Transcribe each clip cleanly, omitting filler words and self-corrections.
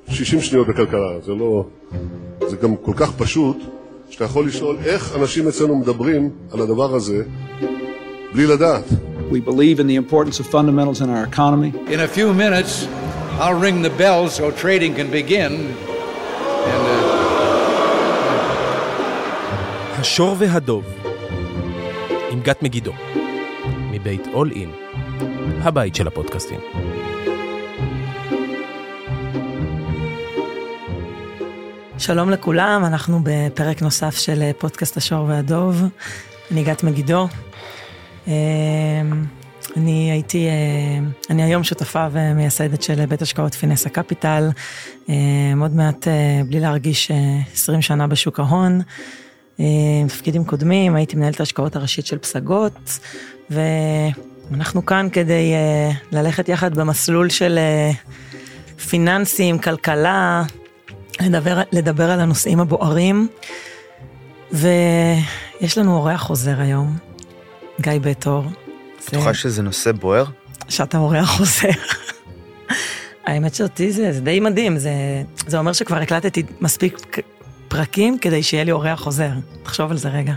60 שניות בכלכלה, זה גם כל כך פשוט, שאתה יכול לשאול איך אנשים אצלנו מדברים על הדבר הזה, בלי לדעת. We believe in the importance of fundamentals in our economy. In a few minutes, I'll ring the bell so trading can begin. השור והדוב, עם גת מגידו, מבית All In, הבית של הפודקאסטים. שלום לכולם, אנחנו בפרק נוסף של פודקאסט השור והדוב. אני גת מגידו. אני היום שותפה ומייסדת של בית השקעות פינסה קפיטל, עוד מעט בלי להרגיש 20 שנה בשוק ההון. תפקידים קודמים, הייתי מנהלת ההשקעות הראשית של פסגות, ואנחנו כאן כדי ללכת יחד במסלול של פיננסים, כלכלה, לדבר על הנושאים הבוערים, ויש לנו אורח חוזר היום, גיא בטור. בטוחה שזה נושא בוער? שאתה אורח חוזר. האמת שאותי זה די מדהים, זה אומר שכבר הקלטתי מספיק פרקים כדי שיהיה לי אורח חוזר. תחשוב על זה רגע.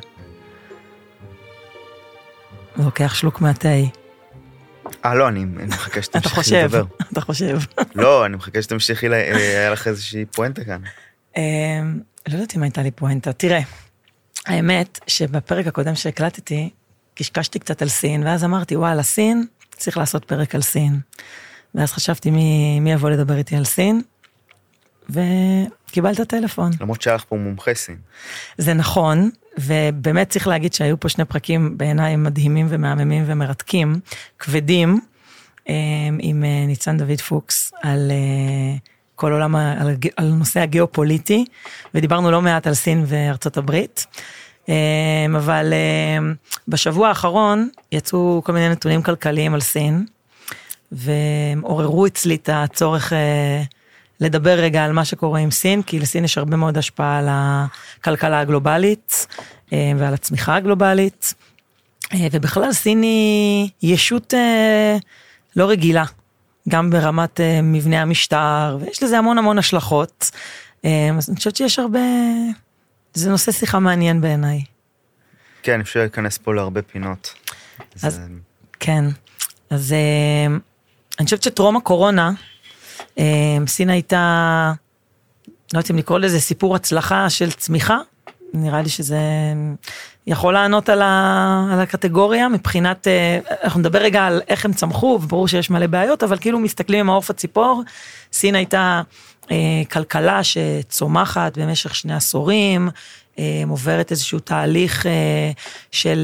לוקח שלוק מהתה. לא, אני מחכה שתמשיכי לדבר. אתה חושב. לא, אני מחכה שתמשיכי, היה לך איזושהי פואנטה כאן. לא יודעת אם הייתה לי פואנטה. תראה, האמת שבפרק הקודם שהקלטתי, קשקשתי קצת על סין, ואז אמרתי, וואלה, סין, צריך לעשות פרק על סין. ואז חשבתי מי יבוא לדבר איתי על סין, וקיבלת טלפון. למרות שהיה לך פה מומחה סין. זה נכון, ובאמת צריך להגיד שהיו פה שני פרקים בעיניי מדהימים ומהממים ומרתקים, כבדים, עם ניצן דוד פוקס, על כל עולם, על נושא הגיאופוליטי, ודיברנו לא מעט על סין וארצות הברית, אבל בשבוע האחרון יצאו כל מיני נתונים כלכליים על סין, ועוררו אצלי את הצורך לדבר רגע על מה שקורה עם סין, כי לסין יש הרבה מאוד השפעה על הכלכלה הגלובלית, ועל הצמיחה הגלובלית, ובכלל סין היא ישות לא רגילה, גם ברמת מבנה המשטר, ויש לזה המון המון השלכות, אז אני חושבת שיש הרבה, זה נושא שיחה מעניין בעיניי. כן, אפשר להיכנס פה להרבה פינות. כן, אז אני חושבת שטרום הקורונה, סין הייתה, לא יודעת אם לקרוא לזה סיפור הצלחה של צמיחה, נראה לי שזה יכול לענות על הקטגוריה, מבחינת, אנחנו נדבר רגע על איך הם צמחו, וברור שיש מלא בעיות, אבל כאילו מסתכלים עם העוף הציפור, סין הייתה כלכלה שצומחת במשך 2 עשורים, עוברת איזשהו תהליך של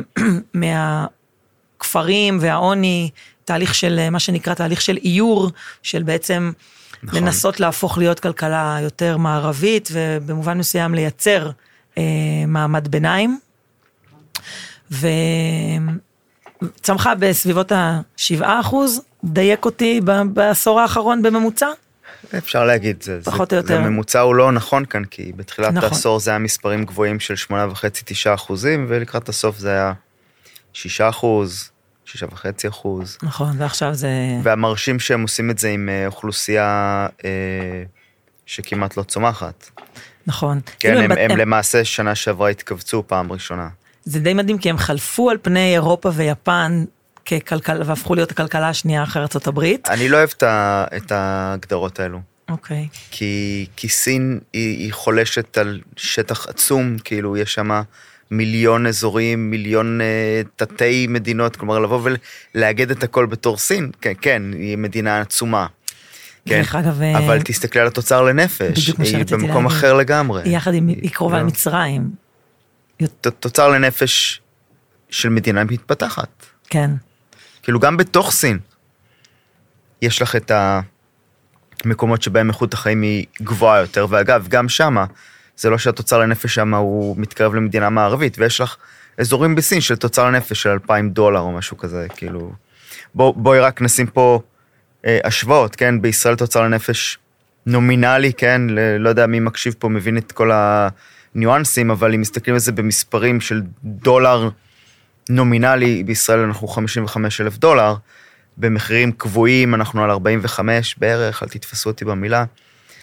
מהכפרים והעוני, תהליך של מה שנקרא תהליך של איור, של בעצם נכון. לנסות להפוך להיות כלכלה יותר מערבית, ובמובן מסוים לייצר מעמד ביניים, וצמחה בסביבות 7%, דייק אותי בעשור האחרון בממוצע? אפשר להגיד, פחות או יותר. הממוצע הוא לא נכון כאן, כי בתחילת העשור זה היה מספרים גבוהים של 8.5-9%, ולקראת הסוף זה היה 6%, 6.5%. נכון, ועכשיו זה... והמרשים שהם עושים את זה עם אוכלוסייה שכמעט לא צומחת. נכון. כן, הם למעשה שנה שעברה התכווצו פעם ראשונה. זה די מדהים, כי הם חלפו על פני אירופה ויפן ככלכלה, והפכו להיות הכלכלה השנייה אחרי ארצות הברית. אני לא אוהב את ההגדרות האלו. אוקיי. כי סין היא חולשת על שטח עצום, כאילו יש שם 1,000,000 אזורים, 1,000,000 תתי מדינות, כלומר לבוא ולהגד את הכל בתור סין, כן, היא מדינה עצומה. כן, אבל תסתכלי על התוצר לנפש, היא במקום אחר לגמרי. יחד היא קרובה למצרים. תוצר לנפש של מדינה מתפתחת. כן. כאילו גם בתוך סין, יש לך את המקומות שבהם איכות החיים היא גבוהה יותר, ואגב, גם שמה, זה לא שהתוצר לנפש שמה הוא מתקרב למדינה מערבית, ויש לך אזורים בסין של תוצר לנפש של $2,000 או משהו כזה, כאילו, בואי רק נשים פה השוואות, כן, בישראל תוצר לנפש נומינלי, כן, לא יודע מי מקשיב פה, מבין את כל הניואנסים, אבל אם מסתכלים על זה במספרים של דולר נומינלי, בישראל אנחנו $55,000, במחירים קבועים אנחנו על 45 בערך, אל תתפסו אותי במילה,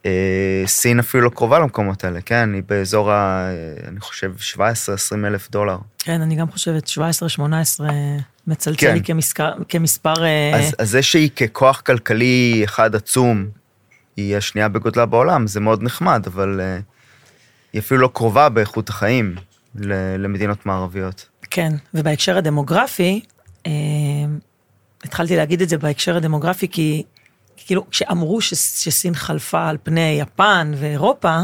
סין אפילו לא קרובה למקומות האלה, כן? היא באזור אני חושב, 17-20 אלף דולר. כן, אני גם חושבת 17-18 מצלצל לי כמספר... אז זה שהיא ככוח כלכלי אחד עצום, היא השנייה בגודלה בעולם, זה מאוד נחמד, אבל היא אפילו לא קרובה באיכות החיים למדינות מערביות. כן, ובהקשר הדמוגרפי, התחלתי להגיד את זה בהקשר הדמוגרפי, כי כאילו כשאמרו שסין חלפה על פני יפן ואירופה,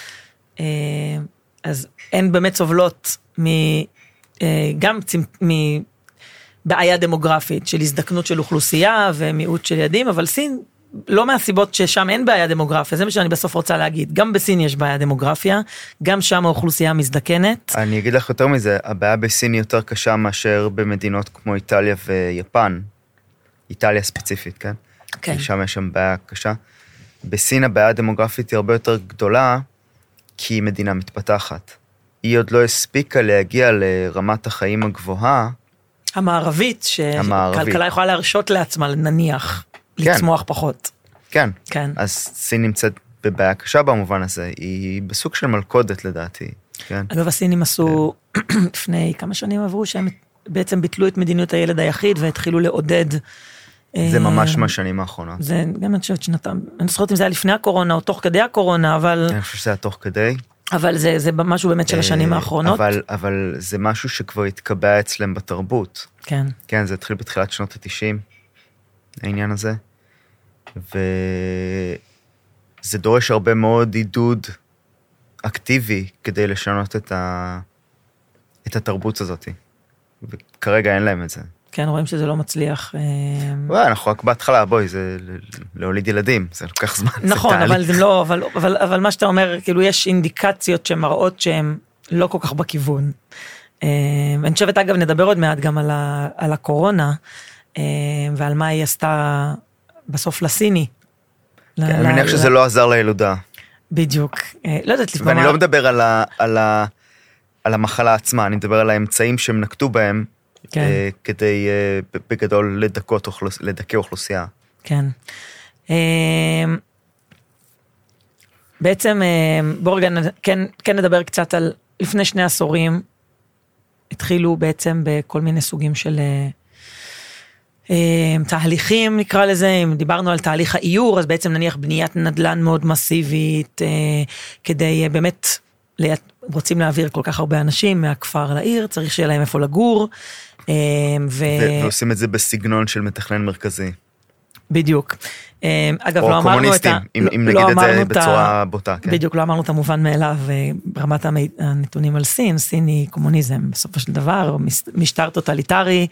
אז הן באמת סובלות גם מבעיה דמוגרפית של הזדקנות של אוכלוסייה ומיעוט של ילדים, אבל סין לא מהסיבות ששם אין בעיה דמוגרפיה, זה מה שאני בסוף רוצה להגיד, גם בסין יש בעיה דמוגרפיה, גם שם האוכלוסייה מזדקנת. אני אגיד לך יותר מזה, הבעיה בסין היא יותר קשה מאשר במדינות כמו איטליה ויפן, איטליה ספציפית, כן? כן. שם יש שם בעיה קשה. בסין הבעיה הדמוגרפית היא הרבה יותר גדולה, כי היא מדינה מתפתחת. היא עוד לא הספיקה להגיע לרמת החיים הגבוהה. המערבית, שכלכלה יכולה להרשות לעצמה, נניח, לצמוח פחות. כן. כן. אז סין נמצאת בבעיה קשה במובן הזה, היא בסוג של מלכודת לדעתי. כן. אגב, הסינים עשו, לפני כמה שנים עברו, שהם בעצם ביטלו את מדיניות הילד היחיד, והתחילו לעודד זה ממש מהשנים האחרונות. זה גם אני חושבת שנתיים, אני זוכרת אם זה היה לפני הקורונה או תוך כדי הקורונה, אבל... אני חושב שזה היה תוך כדי. אבל זה משהו באמת של השנים האחרונות. אבל זה משהו שכבר התקבע אצלם בתרבות. כן. כן, זה התחיל בתחילת שנות ה-90, העניין הזה. וזה דורש הרבה מאוד עידוד אקטיבי כדי לשנות את התרבות הזאת. וכרגע אין להם את זה. כן, רואים שזה לא מצליח. אנחנו רק בהתחלה, בואי, זה להוליד ילדים, זה לוקח זמן. נכון, אבל זה לא, אבל מה שאתה אומר, כאילו יש אינדיקציות שמראות שהן לא כל כך בכיוון. אני חושבת, אגב, נדבר עוד מעט גם על הקורונה, ועל מה היא עשתה בסוף לסיני. אני מניח שזה לא עזר לילודה. בדיוק. לא יודעת, ואני לא מדבר על המחלה עצמה, אני מדבר על האמצעים שהם נקטו בהם, כדי בגדול לדכא אוכלוסייה. כן. בעצם, בואו רגע, כן נדבר קצת על, לפני 2 עשורים, התחילו בעצם בכל מיני סוגים של תהליכים, נקרא לזה, אם דיברנו על תהליך האיור, אז בעצם נניח בניית נדל"ן מאוד מסיבית, כדי באמת, רוצים להעביר כל כך הרבה אנשים מהכפר לעיר, צריך שיהיה להם איפה לגור. ועושים את זה בסגנון של מתכנן מרכזי. בדיוק. אגב, או לא אמרנו את אם נגיד את זה בצורה בוטה. בדיוק, לא אמרנו את המובן מאליו, ברמת הנתונים על סין, סין היא קומוניזם, בסופו של דבר, משטר טוטליטרי,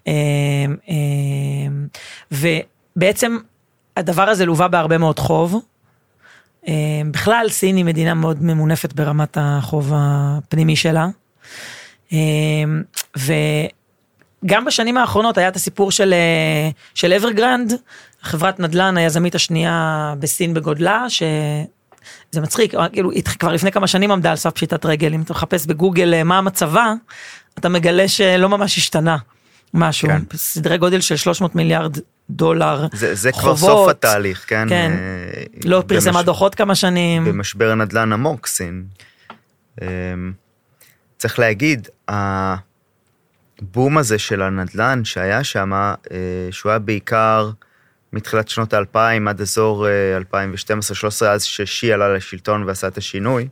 ובעצם הדבר הזה לובה בהרבה מאוד חוב, בכלל סין היא מדינה מאוד ממונפת ברמת החוב הפנימי שלה, וגם בשנים האחרונות היה את הסיפור של אברגרנד, חברת נדל"ן היזמית השנייה בסין בגודלה, שזה מצחיק, כאילו כבר לפני כמה שנים עמדה על סף פשיטת רגל, אם אתה מחפש בגוגל מה המצבה, אתה מגלה שלא ממש השתנה משהו, כן. סדרי גודל של 300 מיליארד דולר, זה כבר סוף התהליך, כן? כן, לא פרסמה דוחות כמה שנים. במשבר הנדל"ן עמוק, סין. צריך להגיד, הבום הזה של הנדל"ן שהיה שם, שהוא היה בעיקר מתחילת שנות ה-2000 עד אזור 2012-2013, אז ששי עלה לשלטון ועשה את השינוי.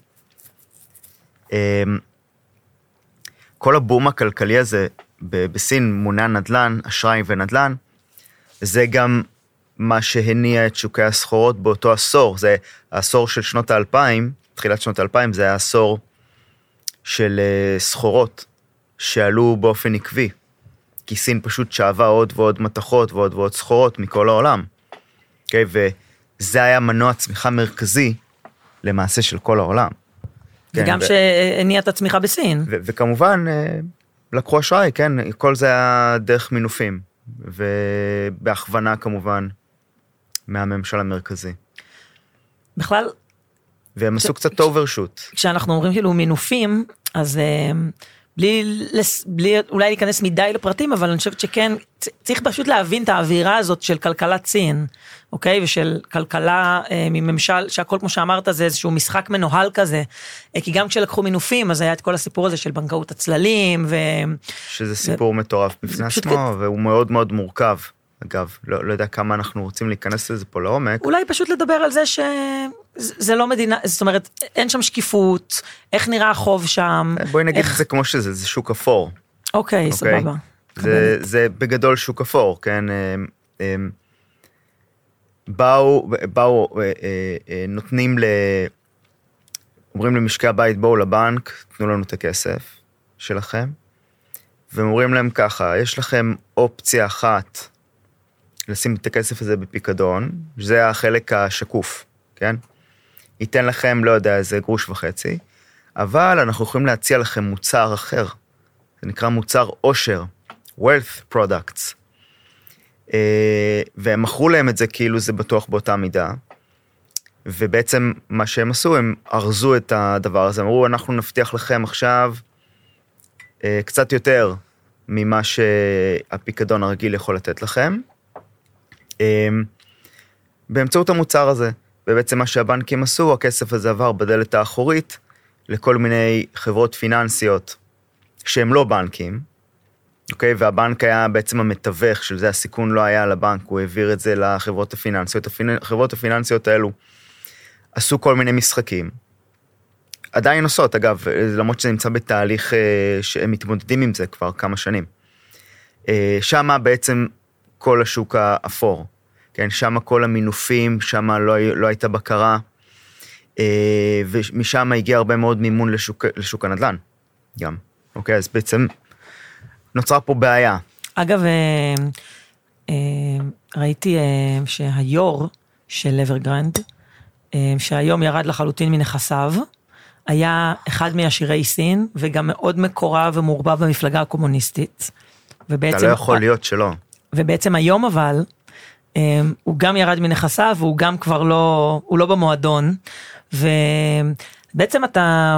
כל הבום הכלכלי הזה בסין מונע נדל"ן, אשראי ונדל"ן, זה גם מה שהניע את שוקי הסחורות באותו עשור, זה העשור של שנות ה-2000, תחילת שנות ה-2000, זה היה עשור של סחורות שעלו באופן עקבי, כי סין פשוט שאבה עוד ועוד מתחות ועוד ועוד סחורות מכל העולם, okay? וזה היה מנוע צמיחה מרכזי למעשה של כל העולם. וגם שהניע את הצמיחה בסין. וכמובן, לקחו אשראי, כן, כל זה היה דרך מינופים, ובהכוונה כמובן מהממשל המרכזי. בכלל... והם עשו קצת אוברשוט. כשאנחנו אומרים כאילו מינופים, אז בלי אולי להיכנס מדי לפרטים, אבל אני חושבת שכן, צריך פשוט להבין את האווירה הזאת של כלכלת סין, אוקיי? ושל כלכלה מממשל, שהכל כמו שאמרת, זה איזשהו משחק מנוהל כזה, כי גם כשלקחו מינופים, אז היה את כל הסיפור הזה של בנקאות הצללים, שזה סיפור מטורף בפני עצמו, והוא מאוד מאוד מורכב. אגב, לא יודע כמה אנחנו רוצים להיכנס לזה פה לעומק. אולי פשוט לדבר על זה שזה לא מדינה, זאת אומרת, אין שם שקיפות, איך נראה החוב שם. בואי נגיד את זה כמו שזה, זה שוק אפור. אוקיי, סבבה. זה בגדול שוק אפור, כן? באו, נותנים אומרים למשקי הבית, בואו לבנק, תנו לנו את הכסף שלכם, והם אומרים להם ככה, יש לכם אופציה אחת, לשים את הכסף הזה בפיקדון, שזה החלק השקוף, כן? ייתן לכם, לא יודע, איזה גרוש וחצי, אבל אנחנו יכולים להציע לכם מוצר אחר, זה נקרא מוצר עושר, wealth products, והם מכרו להם את זה כאילו זה בטוח באותה מידה, ובעצם מה שהם עשו, הם ארזו את הדבר הזה, אמרו, אנחנו נבטיח לכם עכשיו קצת יותר ממה שהפיקדון הרגיל יכול לתת לכם, באמצעות המוצר הזה, ובעצם מה שהבנקים עשו, הכסף הזה עבר בדלת האחורית, לכל מיני חברות פיננסיות, שהם לא בנקים, אוקיי, והבנק היה בעצם המתווך, של זה הסיכון לא היה לבנק, הוא העביר את זה לחברות הפיננסיות, החברות הפיננסיות האלו, עשו כל מיני משחקים, עדיין עושות, אגב, למרות שזה נמצא בתהליך, שהם מתמודדים עם זה כבר כמה שנים, שמה בעצם, כל השוק האפור, כן, שם כל המינופים, שם לא הייתה בקרה, ומשם הגיע הרבה מאוד מימון לשוק הנדל"ן, גם, אוקיי, אז בעצם נוצרה פה בעיה. אגב, ראיתי שהיור של אברגרנד, שהיום ירד לחלוטין מנכסיו, היה אחד מעשירי סין, וגם מאוד מקורב ומורבב במפלגה הקומוניסטית, ובעצם... אתה לא יכול להיות שלא. ובעצם היום אבל, הוא גם ירד מנכסיו, והוא גם כבר לא, הוא לא במועדון, ובעצם אתה,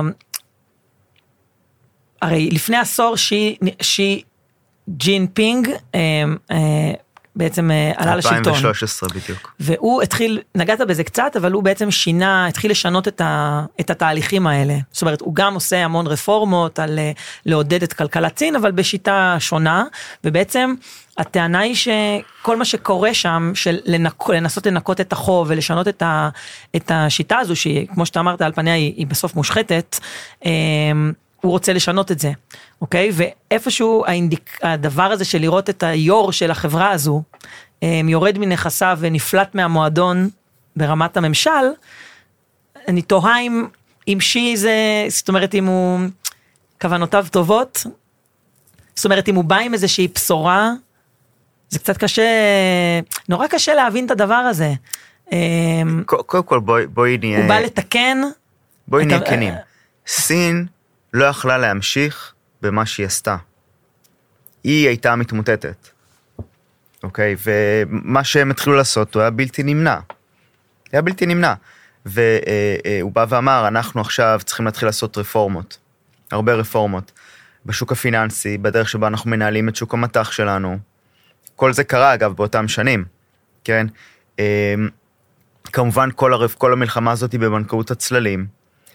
הרי לפני עשור שי ג'ינפינג, בעצם עלה לשלטון. 2013 בדיוק. והוא התחיל, נגעת בזה קצת, אבל הוא בעצם התחיל לשנות את התהליכים האלה. זאת אומרת, הוא גם עושה המון רפורמות על לעודד את כלכלת סין, אבל בשיטה שונה, ובעצם הטענה היא שכל מה שקורה שם, של לנסות לנקות את החוב, ולשנות את השיטה הזו, שהיא, כמו שאתה אמרת, על פניה היא בסוף מושחתת, הוא רוצה לשנות את זה, אוקיי? ואיפשהו הדבר הזה של לראות את היור של החברה הזו, יורד מנכסיו ונפלט מהמועדון ברמת הממשל, אני תוהה אם זה, זאת אומרת, אם הוא, כוונותיו טובות, זאת אומרת, אם הוא בא עם איזושהי בשורה, זה קצת קשה, נורא קשה להבין את הדבר הזה. קודם כל, בואי נהיה... הוא בא לתקן... בואי נהיה כנים. סין לא יכלה להמשיך במה שהיא עשתה. היא הייתה מתמוטטת. אוקיי? ומה שהם התחילו לעשות, הוא היה בלתי נמנע. היה בלתי נמנע. והוא בא ואמר, אנחנו עכשיו צריכים להתחיל לעשות רפורמות. הרבה רפורמות. בשוק הפיננסי, בדרך שבה אנחנו מנהלים את שוק המטח שלנו. כל זה קרה, אגב, באותם שנים. כן? כמובן, כל המלחמה הזאת היא בבנקאות הצללים.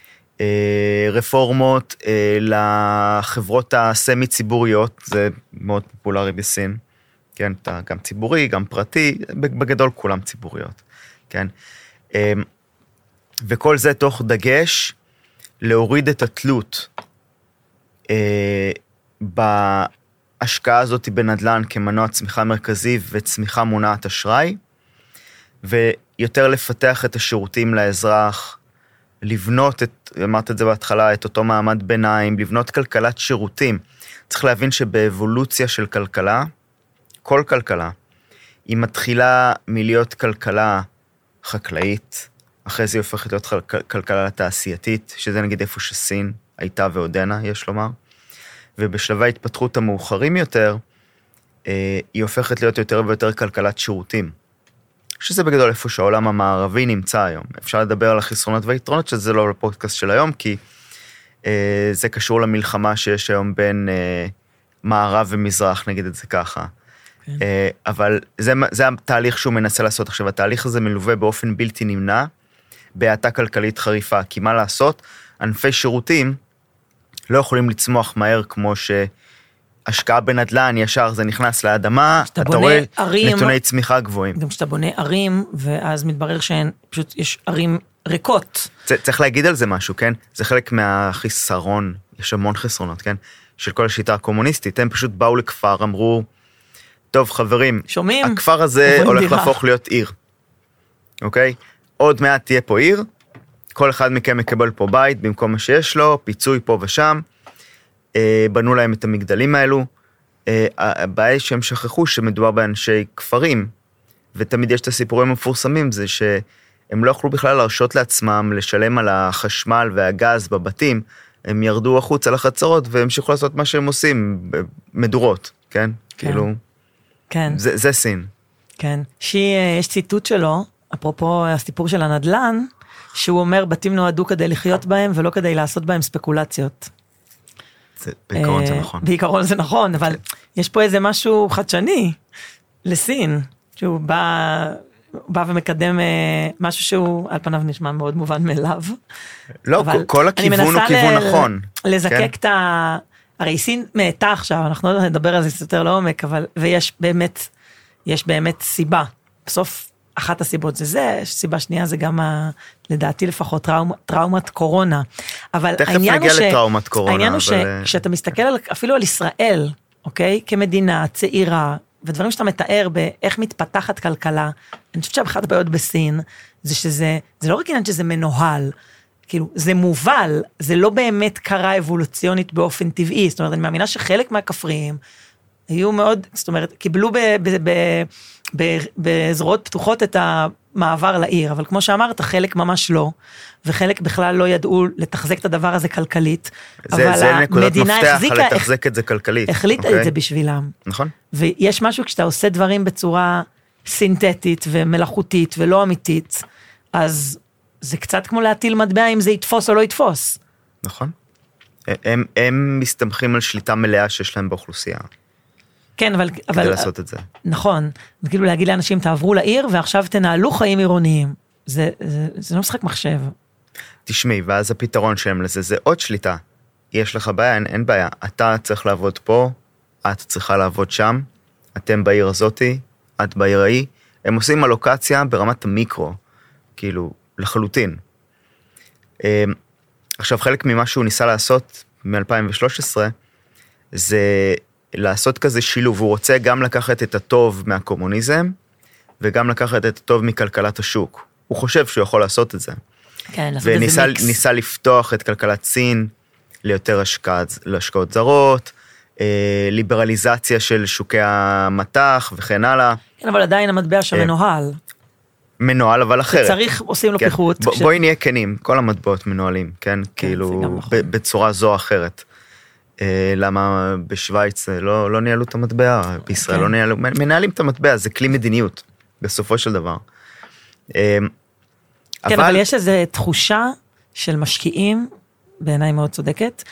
רפורמות לחברות הסמי-ציבוריות, זה מאוד פופולרי בסין. כן? גם ציבורי, גם פרטי, בגדול כולם ציבוריות. כן? וכל זה תוך דגש להוריד את התלות בהשקעה הזאת בנדל"ן כמנוע צמיחה מרכזי וצמיחה מונעת אשראי, ויותר לפתח את השירותים לאזרח, לבנות אמרת את זה בהתחלה, את אותו מעמד ביניים, לבנות כלכלת שירותים. צריך להבין שבאבולוציה של כלכלה, כל כלכלה, היא מתחילה מלהיות כלכלה חקלאית, אחרי זה היא הופכת להיות כלכלה תעשייתית, שזה נגיד איפה שסין הייתה ועודנה, יש לומר, ובשלבי ההתפתחות המאוחרים יותר, היא הופכת להיות יותר ויותר כלכלת שירותים, שזה בגדול איפה שהעולם המערבי נמצא היום. אפשר לדבר על החסרונות והיתרונות, שזה לא לפודקאסט של היום, כי זה קשור למלחמה שיש היום בין מערב ומזרח, נגיד את זה ככה. אבל זה התהליך שהוא מנסה לעשות. עכשיו, התהליך הזה מלווה באופן בלתי נמנע, בהאטה כלכלית חריפה, כי מה לעשות? ענפי שירותים לא יכולים לצמוח מהר כמו השקעה בנדל"ן, ישר זה נכנס לאדמה, אתה רואה נתוני צמיחה גבוהים. גם כשאתה בונה ערים, ואז מתברר שפשוט יש ערים ריקות. צריך להגיד על זה משהו, כן? זה חלק מהחיסרון, יש המון חסרונות, כן? של כל השיטה הקומוניסטית, הם פשוט באו לכפר, אמרו, טוב חברים, שומעים? הכפר הזה הולך להפוך להיות עיר, אוקיי? עוד מעט תהיה פה עיר, כל אחד מכם מקבל פה בית, במקום מה שיש לו, פיצוי פה ושם, בנו להם את המגדלים האלו, הבעיה שהם שכחו שמדובר באנשי כפרים, ותמיד יש את הסיפורים המפורסמים, זה שהם לא יכלו בכלל להרשות לעצמם, לשלם על החשמל והגז בבתים, הם ירדו החוץ על החצרות, והמשיכו לעשות מה שהם עושים, מדורות, כן? כאילו, כן. זה סין. כן. יש ציטוט שלו, אפרופו הסיפור של הנדל"ן, שהוא אומר, בתים נועדו כדי לחיות בהם, ולא כדי לעשות בהם ספקולציות. בעיקרון זה נכון. בעיקרון זה נכון, אבל יש פה איזה משהו חדשני לסין, שהוא בא ומקדם משהו שהוא על פניו נשמע מאוד מובן מאליו. לא, כל הכיוון הוא כיוון נכון. לזקק את הרי סין מעטה עכשיו, אנחנו לא נדבר על זה יותר לעומק, ויש באמת סיבה. בסוף אחת הסיבות זה, סיבה שנייה זה גם, לדעתי לפחות, טראומת קורונה. אבל תכף נגיע לטראומת קורונה. העניין הוא שכשאתה מסתכל אפילו על ישראל, אוקיי, כמדינה צעירה, ודברים שאתה מתאר באיך מתפתחת כלכלה, אני חושבת שאחת הבעיות בסין, זה שזה, זה לא רק עניין שזה מנוהל, כאילו, זה מובל, זה לא באמת קרה אבולוציונית באופן טבעי, זאת אומרת, אני מאמינה שחלק מהכפריים, היו מאוד, זאת אומרת, קיבלו בזרועות פתוחות את המעבר לעיר, אבל כמו שאמרת, חלק ממש לא, וחלק בכלל לא ידעו לתחזק את הדבר הזה כלכלית, זה נקודת מפתח על לתחזק את זה כלכלית. החליטה את זה בשבילם. נכון. ויש משהו כשאתה עושה דברים בצורה סינתטית ומלאכותית ולא אמיתית, אז זה קצת כמו להטיל מטבע אם זה יתפוס או לא יתפוס. נכון. הם מסתמכים על שליטה מלאה שיש להם באוכלוסייה. כן, אבל כדי לעשות את זה. נכון. כאילו להגיד לאנשים, תעברו לעיר ועכשיו תנהלו חיים עירוניים. זה לא משחק מחשב. תשמעי, ואז הפתרון שלהם לזה, זה עוד שליטה. יש לך בעיה, אין בעיה. אתה צריך לעבוד פה, את צריכה לעבוד שם, אתם בעיר הזאתי, את בעיר ההיא. הם עושים אלוקציה ברמת המיקרו, כאילו, לחלוטין. עכשיו, חלק ממה שהוא ניסה לעשות מ-2013, זה לעשות כזה שילוב. הוא רוצה גם לקחת את הטוב מהקומוניזם, וגם לקחת את הטוב מכלכלת השוק. הוא חושב שהוא יכול לעשות את זה. כן, לעשות את זה מיקס. וניסה לפתוח את כלכלת סין, ליותר השקעות זרות, ליברליזציה של שוקי המטח וכן הלאה. כן, אבל עדיין המטבע שמנוהל. מנוהל, אבל אחרת. צריך, עושים לו פיחות. בואי נהיה כנים, כל המטבעות מנוהלים, כן? כאילו, בצורה זו או אחרת. למה בשוויץ לא ניהלו את המטבע, בישראל לא ניהלו, מנהלים את המטבע, זה כלי מדיניות, בסופו של דבר. כן, אבל יש איזו תחושה של משקיעים, בעיניי מאוד צודקת,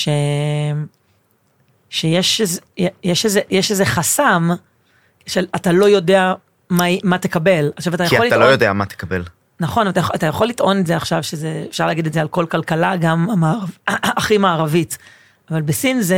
שיש איזה חסם, של אתה לא יודע מה תקבל. כי אתה לא יודע מה תקבל. נכון, אתה יכול לטעון את זה עכשיו, אפשר להגיד את זה על כל כלכלה, גם הכי מערבית. אבל בסין זה...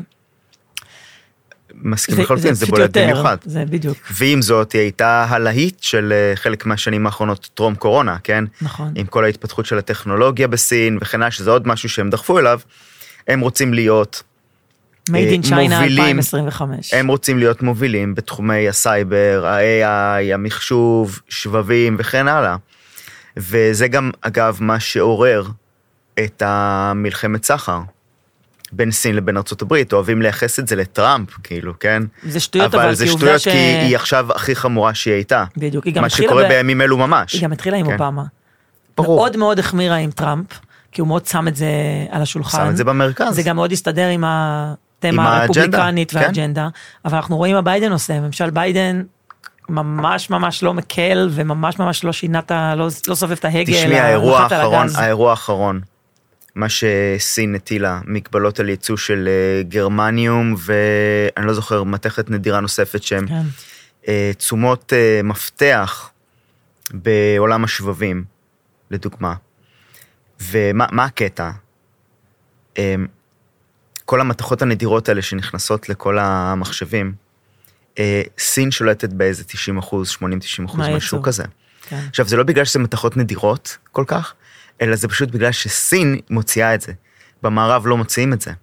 מסכים לחלוטין, זה בולט במיוחד. זה בדיוק. ועם זאת, היא הייתה הלהיט של חלק מהשנים האחרונות טרום קורונה, כן? נכון. עם כל ההתפתחות של הטכנולוגיה בסין, וכן הלאה, שזה עוד משהו שהם דחפו אליו, הם רוצים להיות Made in China 2025. הם רוצים להיות מובילים בתחומי הסייבר, ה-AI, המחשוב, שבבים וכן הלאה. וזה גם, אגב, מה שעורר את המלחמת סחר. בין סין לבין ארצות הברית, אוהבים לייחס את זה לטראמפ, כאילו, כן? זה שטויות, אבל זה שטויות, כי היא עכשיו הכי חמורה שהיא הייתה. בדיוק, היא גם מה שקורה בימים אלו ממש. היא גם התחילה עם אובמה. מאוד מאוד החמירה עם טראמפ, כי הוא מאוד שם את זה על השולחן. שם את זה במרכז. זה גם מאוד הסתדר עם התמה הרפובליקנית והאג'נדה, אבל אנחנו רואים מה ביידן עושה, ממשל ביידן ממש ממש לא מקל, וממש ממש לא שינת, לא סובב את ההגל. תשמעי, האירוע האחרון, מה שסין הטילה, מגבלות על ייצוא של גרמניום, ואני לא זוכר, מתכת נדירה נוספת שהם תשומות מפתח בעולם השבבים, לדוגמה. ומה הקטע? כל המתכות הנדירות האלה שנכנסות לכל המחשבים, סין שולטת באיזה 90%, 80-90% משהו כזה. כן. עכשיו, זה לא בגלל שזה מתכות נדירות כל כך, אלא זה פשוט בגלל שסין מוציאה את זה. במערב לא מוציאים את זה.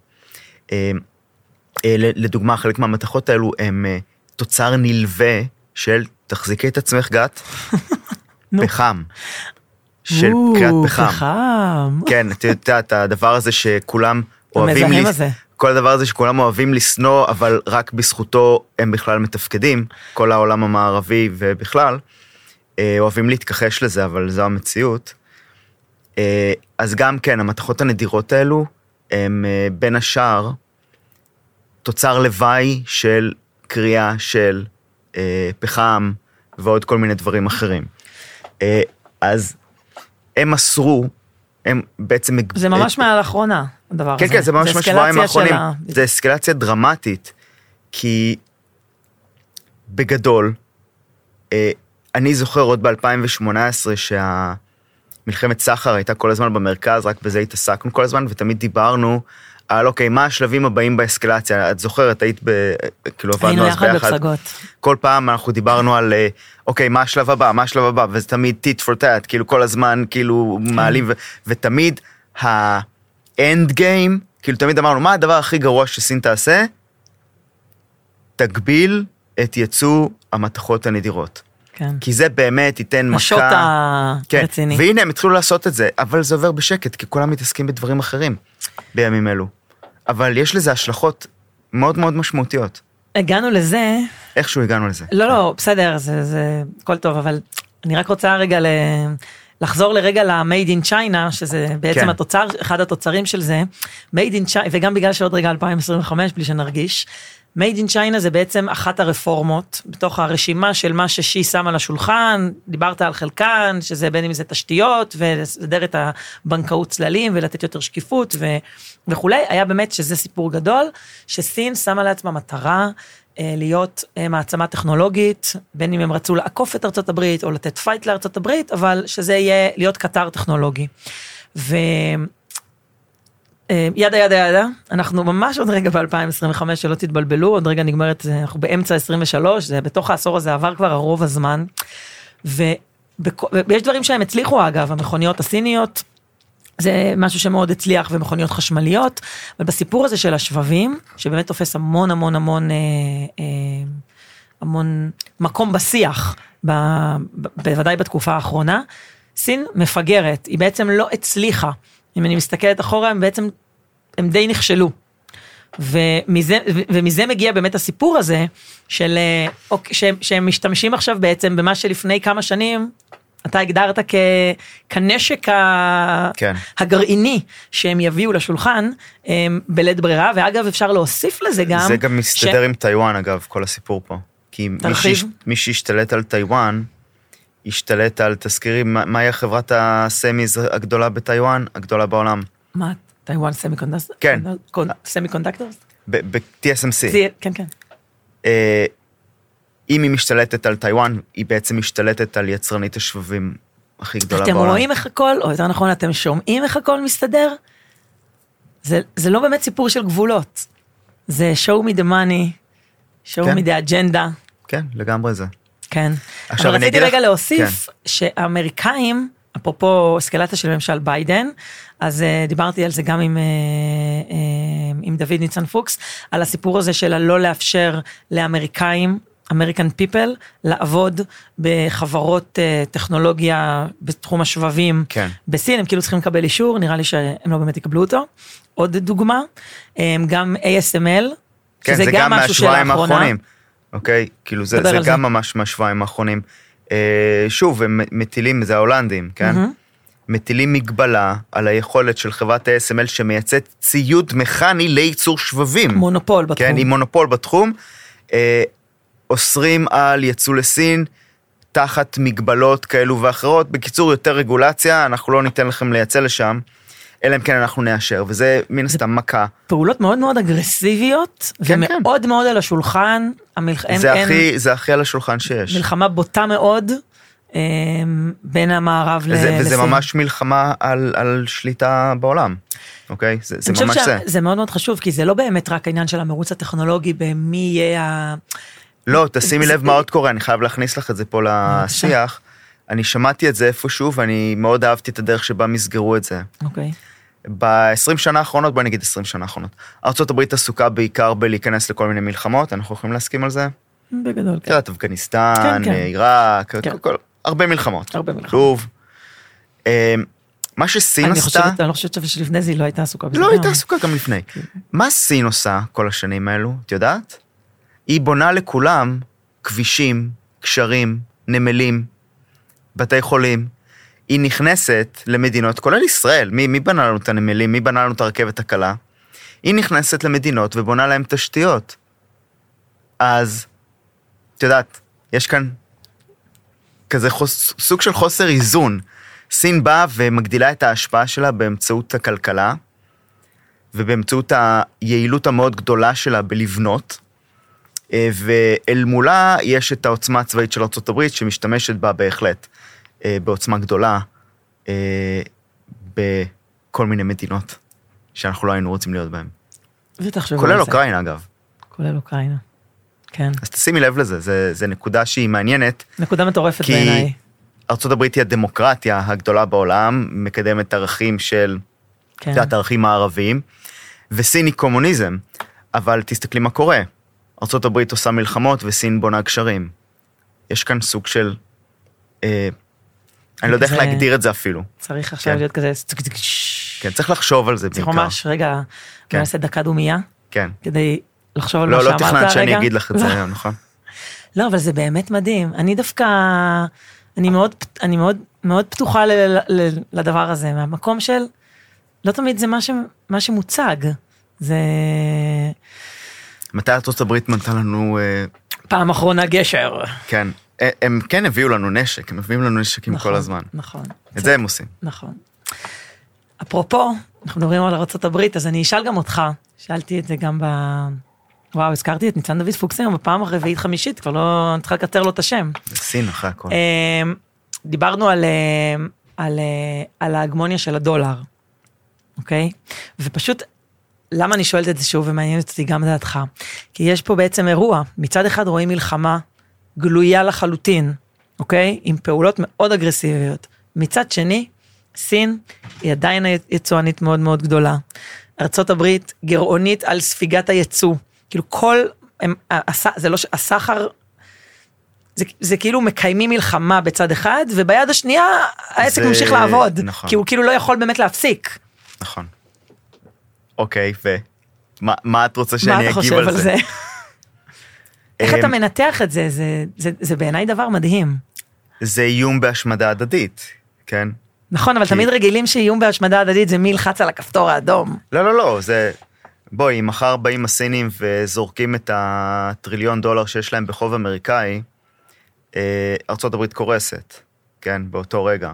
לדוגמה, חלק מהמתכות האלו הם תוצר נלווה של, תחזיקי את עצמך גת, פחם. של קריאת פחם. כן, אתה יודע, את הדבר הזה שכולם אוהבים, כל הדבר הזה שכולם אוהבים לסנוע, אבל רק בזכותו הם בכלל מתפקדים, כל העולם המערבי ובכלל, אוהבים להתכחש לזה, אבל זו המציאות. אז גם כן, המתכות הנדירות האלו, הם בין השאר, תוצר לוואי של קריאה של פחם, ועוד כל מיני דברים אחרים. אז הם אסרו, הם בעצם... זה ממש מהאחרונה, הדבר הזה. כן, כן, זה ממש מהשבועיים האחרונים. זה אסקלציה דרמטית, כי בגדול, אני זוכר עוד ב-2018 שהמלחמת סחר הייתה כל הזמן במרכז, רק בזה התעסקנו כל הזמן, ותמיד דיברנו על אוקיי, מה השלבים הבאים באסקלציה? את זוכרת, היית כאילו עבדנו אז ביחד. היינו יחד בפסגות. כל פעם אנחנו דיברנו על אוקיי, מה השלב הבא, מה השלב הבא, וזה תמיד tit for tat, כאילו כל הזמן כאילו מעלים, ותמיד ה-end game, כאילו תמיד אמרנו, מה הדבר הכי גרוע שסין תעשה? תגביל את ייצוא המתכות הנדירות. כן. כי זה באמת ייתן השוט כן. הרציני. והנה הם התחילו לעשות את זה, אבל זה עובר בשקט, כי כולם מתעסקים בדברים אחרים בימים אלו. אבל יש לזה השלכות מאוד מאוד משמעותיות. הגענו לזה. איכשהו הגענו לזה. לא, בסדר, זה הכל טוב, אבל אני רק רוצה רגע לחזור לרגע ל-Made in China, שזה בעצם כן. התוצר, אחד התוצרים של זה, Made in China, וגם בגלל שעוד רגע 2025, בלי שנרגיש, Made in China זה בעצם אחת הרפורמות, בתוך הרשימה של מה ששי שם על השולחן, דיברת על חלקן, שזה בין אם זה תשתיות, ולסדר את הבנקאות צללים, ולתת יותר שקיפות, וכולי, היה באמת שזה סיפור גדול, שסין שמה לעצמה מטרה, להיות מעצמה טכנולוגית, בין אם הם רצו לעקוף את ארצות הברית, או לתת פייט לארצות הברית, אבל שזה יהיה להיות קטר טכנולוגי. ידה, אנחנו ממש עוד רגע ב-2025, שלא תתבלבלו, עוד רגע נגמרת, אנחנו באמצע 23, זה בתוך העשור הזה עבר כבר הרוב הזמן, ויש דברים שהם הצליחו אגב, המכוניות הסיניות, זה משהו שמאוד הצליח, ומכוניות חשמליות, אבל בסיפור הזה של השבבים, שבאמת תופס המון מקום בשיח, בוודאי בתקופה האחרונה, סין מפגרת, היא בעצם לא הצליחה, אם אני מסתכלת אחורה, הם די נכשלו. ומזה מגיע באמת הסיפור הזה, שהם משתמשים עכשיו בעצם במה שלפני כמה שנים, אתה הגדרת כנשק הגרעיני, שהם יביאו לשולחן, בלית ברירה, ואגב אפשר להוסיף לזה גם... זה גם מסתדר עם טיואן אגב, כל הסיפור פה. כי מי שהשתלט על טיואן, השתלט על תזכירים, מהי החברת הסמיז הגדולה בטיואן, הגדולה בעולם? מה? טיואן סמי-קונדקטורס? כן. סמי-קונדקטורס? ב-TSMC. כן, כן. אם היא משתלטת על טיואן, היא בעצם משתלטת על יצרנית השבבים הכי גדולה בעולם. אתם רואים איך הכל, או יותר נכון, אתם שומעים איך הכל מסתדר? זה לא באמת סיפור של גבולות. זה show me the money, show me the agenda. כן, לגמרי זה. כן. אבל רציתי רגע להוסיף שהאמריקאים, אפרופו אסקלציה של ממשל ביידן, אז דיברתי על זה גם עם דוד ניצן פוקס, על הסיפור הזה של לא לאפשר לאמריקאים, American people, לעבוד בחברות טכנולוגיה בתחום השבבים בסין, הם כאילו צריכים לקבל אישור, נראה לי שהם לא באמת יקבלו אותו. עוד דוגמה, גם ASML, שזה גם משהו של האחרונה. אוקיי, כאילו זה גם ממש מהשבועיים האחרונים. שוב, הם מטילים, זה ההולנדים, כן? מטילים מגבלה על היכולת של חברת ASML שמייצאת ציוד מכני לייצור שבבים. מונופול בתחום. כן, היא מונופול בתחום. אוסרים על יצוא לסין, תחת מגבלות כאלו ואחרות. בקיצור, יותר רגולציה, אנחנו לא ניתן לכם לייצא לשם. אלא אם כן אנחנו נאשר, וזה מן הסתם מכה. פעולות מאוד מאוד אגרסיביות, ומאוד מאוד על השולחן, זה הכי על השולחן שיש. מלחמה בוטה מאוד, בין המערב לסין. וזה ממש מלחמה על שליטה בעולם, אוקיי? זה ממש זה. זה מאוד מאוד חשוב, כי זה לא באמת רק העניין של המרוץ הטכנולוגי, במי יהיה לא, תשימי לב מה עוד קורה, אני חייב להכניס לך את זה פה לשיח. אני שמעתי את זה איפשהו, ואני מאוד אהבתי את הדרך שבה מסגרו את זה. אוקיי. ב-20 שנה האחרונות, בוא נגיד 20 שנה האחרונות, ארצות הברית עסוקה בעיקר בלהיכנס לכל מיני מלחמות, אנחנו יכולים להסכים על זה? בגדול, כן. קראת, אפגניסטן, עיראק, הרבה מלחמות. שוב. מה שסין עשתה... אני לא חושבת שלפני זה היא לא הייתה עסוקה בזה. לא הייתה עסוקה גם לפני. מה סין עושה כל השנים האלו, את יודעת? היא בונה לכולם כבישים, קשרים, נמלים, בתי חולים. היא נכנסת למדינות, כולל ישראל, מי בנה לנו את הנמלים, מי בנה לנו את הרכבת הקלה? היא נכנסת למדינות ובונה להם תשתיות. אז, את יודעת, יש כאן כזה סוג של חוסר איזון. סין באה ומגדילה את ההשפעה שלה באמצעות הכלכלה, ובאמצעות היעילות המאוד גדולה שלה בלבנות, ואל מולה יש את העוצמה הצבאית של ארצות הברית, שמשתמשת בה בהחלט, בעוצמה גדולה, בכל מיני מדינות, שאנחנו לא היינו רוצים להיות בהן. כולל אוקראינה, אגב. כולל אוקראינה, כן. אז תשימי לב לזה, זה נקודה שהיא מעניינת. נקודה מטורפת בעיניי. כי ארצות הברית היא הדמוקרטיה הגדולה בעולם, מקדמת ערכים של, ערכים הערביים, וסין היא קומוניזם, אבל תסתכלי מה קורה. ארצות הברית עושה מלחמות וסין בונה גשרים. יש כאן סוג של, אני לא יודע איך להגדיר את זה אפילו. צריך עכשיו להיות כזה, כן, צריך לחשוב על זה בעיקר. צריך ממש, רגע, נעשה דקה דומייה, כן. כדי לחשוב על מה שאמרת לא רגע. תכנן שאני אגיד לך את זה, נכון? לא, אבל זה באמת מדהים. אני דווקא, אני מאוד פתוחה לדבר הזה, מהמקום של, לא תמיד זה מה שמוצג. זה... מתי ארצות הברית מנתה לנו... פעם אחרונה גשר. כן. הם כן הביאו לנו נשק, הם הביאו לנו נשקים כל הזמן. נכון. את זה הם עושים. נכון. אפרופו, אנחנו מדברים על ארצות הברית, אז אני אשאל גם אותך, שאלתי את זה גם וואו, הזכרתי את ניצן דוד פוקס היום בפעם הרביעית חמישית, כבר לא, אני צריכה לקטר לו את השם. סין אחרי הכל. דיברנו על ההגמוניה של הדולר, אוקיי? ופשוט, למה אני שואלת את זה שוב ומעניינת אותי גם דעתך? כי יש פה בעצם אירוע, מצד אחד רואים מלחמה גלויה לחלוטין, אוקיי? עם פעולות מאוד אגרסיביות. מצד שני, סין היא עדיין יצואנית מאוד מאוד גדולה. ארצות הברית גרעונית על ספיגת היצוא. כאילו זה לא הסחר, זה כאילו מקיימים מלחמה בצד אחד, וביד השנייה העסק ממשיך לעבוד. נכון. כי הוא כאילו לא יכול באמת להפסיק. נכון. אוקיי, מה את רוצה שאני אגיב על זה? מה אתה חושב על זה? איך אתה מנתח את זה? זה בעיניי דבר מדהים. זה איום בהשמדה הדדית, כן? נכון, אבל תמיד רגילים שאיום בהשמדה הדדית זה מי ילחץ על הכפתור האדום. לא, זה... בואי, מחר באים הסינים וזורקים את $1,000,000,000,000 שיש להם בחוב אמריקאי, ארצות הברית קורסת, כן, באותו רגע.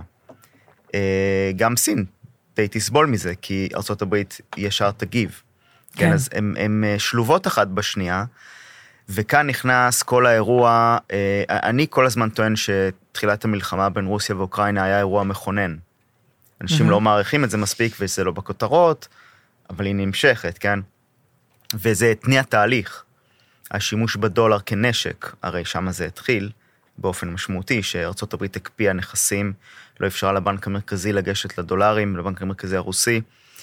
גם סין די תסבול מזה, כי ארצות הברית ישר תגיב. כן, אז הם שלובות אחת בשנייה, וכאן נכנס כל האירוע, אני כל הזמן טוען שתחילת המלחמה בין רוסיה ואוקראינה היה אירוע מכונן. אנשים לא מעריכים את זה מספיק, וזה לא בכותרות, אבל היא נמשכת, כן? וזה התניע תהליך. השימוש בדולר כנשק, הרי שם זה התחיל, באופן משמעותי, שארצות הברית הקפיאה נכסים, לא אפשרה לבנק המרכזי לגשת לדולרים, לבנק המרכזי הרוסי.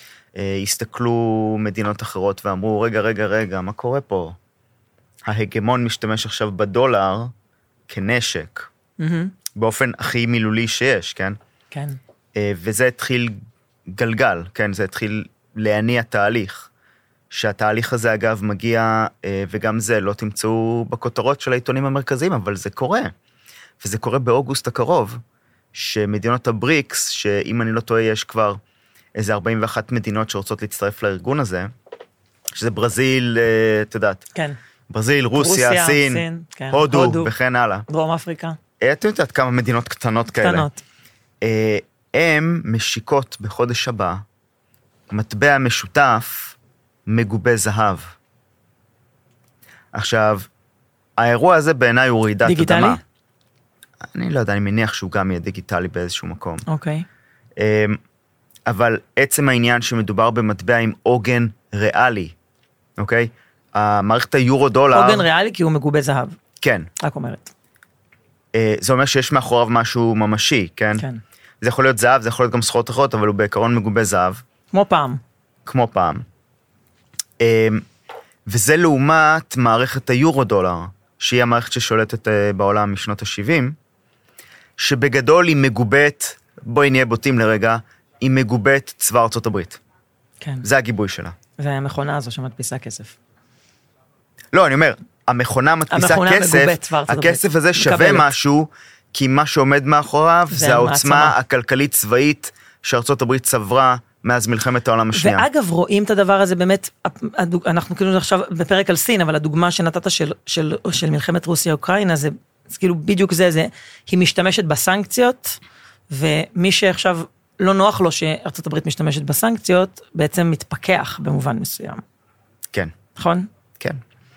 הסתכלו מדינות אחרות ואמרו, רגע, מה קורה פה? ההגמון משתמש עכשיו בדולר כנשק, באופן הכי מילולי שיש, כן? כן. וזה התחיל גלגל, כן? זה התחיל להניע תהליך, שהתהליך הזה אגב מגיע, וגם זה לא תמצאו בכותרות של העיתונים המרכזיים, אבל זה קורה. וזה קורה באוגוסט הקרוב, שמדינות הבריקס, שאם אני לא טועה יש כבר איזה 41 מדינות שרוצות להצטרף לארגון הזה, שזה ברזיל, את יודעת. כן. ברזיל, רוסיה, סין, כן. הודו וכן הלאה. דרום אפריקה. את יודעת כמה מדינות קטנות כאלה. קטנות. הן משיקות בחודש הבא מטבע משותף מגובה זהב. עכשיו, האירוע הזה בעיניי הוא רעידת אדמה. דיגיטלי? אני לא יודע, אני מניח שהוא גם יהיה דיגיטלי באיזשהו מקום. אוקיי. אבל עצם העניין שמדובר במטבע עם עוגן ריאלי, אוקיי? המערכת היורו דולר... עוגן ריאלי כי הוא מגובה זהב. כן. רק אומרת. זה אומר שיש מאחוריו משהו ממשי, כן? כן. זה יכול להיות זהב, זה יכול להיות גם סחורות אחרות, אבל הוא בעיקרון מגובה זהב. כמו פעם. כמו פעם. וזה לעומת מערכת היורו דולר, שהיא המערכת ששולטת בעולם משנות ה-70, שבגדול היא מגובית, בואי נהיה בוטים לרגע, היא מגובית צבא ארצות הברית. כן. זה הגיבוי שלה. זה המכונה הזו שמדפיסה כסף. לא, אני אומר, המכונה מדפיסה כסף, הכסף הזה שווה משהו, כי מה שעומד מאחוריו זה העוצמה הכלכלית צבאית שארצות הברית צברה מאז מלחמת העולם השנייה. ואגב, רואים את הדבר הזה באמת, אנחנו כאילו עכשיו בפרק על סין, אבל הדוגמה שנתת של מלחמת רוסיה-אוקראינה, זה כאילו בדיוק זה, היא משתמשת בסנקציות, ומי שעכשיו לא נוח לו שארצות הברית משתמשת בסנקציות, בעצם מתפכח במובן מסוים. כן. נכון? כן.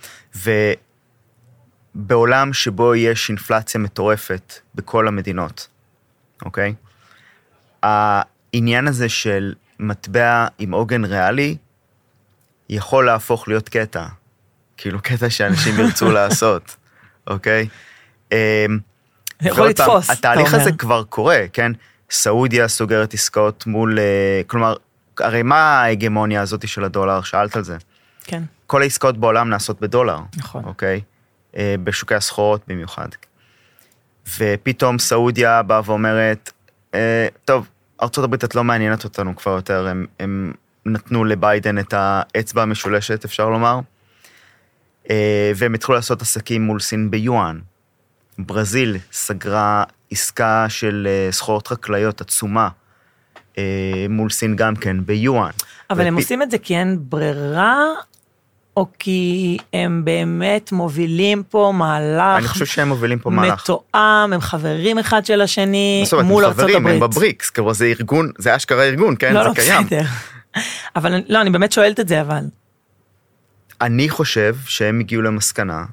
ובעולם שבו יש אינפלציה מטורפת בכל המדינות, אוקיי? העניין הזה של מטבע עם עוגן ריאלי, יכול להפוך להיות קטע. כאילו קטע שאנשים ירצו לעשות, אוקיי? יכול לתפוס, התהליך הזה כבר קורה, כן? סעודיה סוגרת עסקאות מול, כלומר, הרי מה ההגמוניה הזאת של הדולר? שאלת על זה. כן. כל העסקאות בעולם נעשות בדולר. נכון. אוקיי? בשוקי הסחורות במיוחד. ופתאום סעודיה באה ואומרת, טוב, ארצות הברית את לא מעניינת אותנו כבר יותר, הם נתנו לביידן את האצבע המשולשת, אפשר לומר, והם התחילו לעשות עסקים מול סין ביואן. ברזיל סגרה עסקה של סחורות חקלאיות עצומה, מול סין גם כן, ביואן. אבל הם עושים את זה כי אין ברירה, או כי הם באמת מובילים פה מהלך, אני חושב שהם מובילים פה מהלך. מתואם, הם חברים אחד של השני, מול ארצות הברית. הם בבריקס, כבר זה ארגון, זה אשכרה ארגון, כן? זה קיים. לא, בסדר. אבל לא, אני באמת שואלת את זה, אבל. אני חושב שהם הגיעו למסקנה,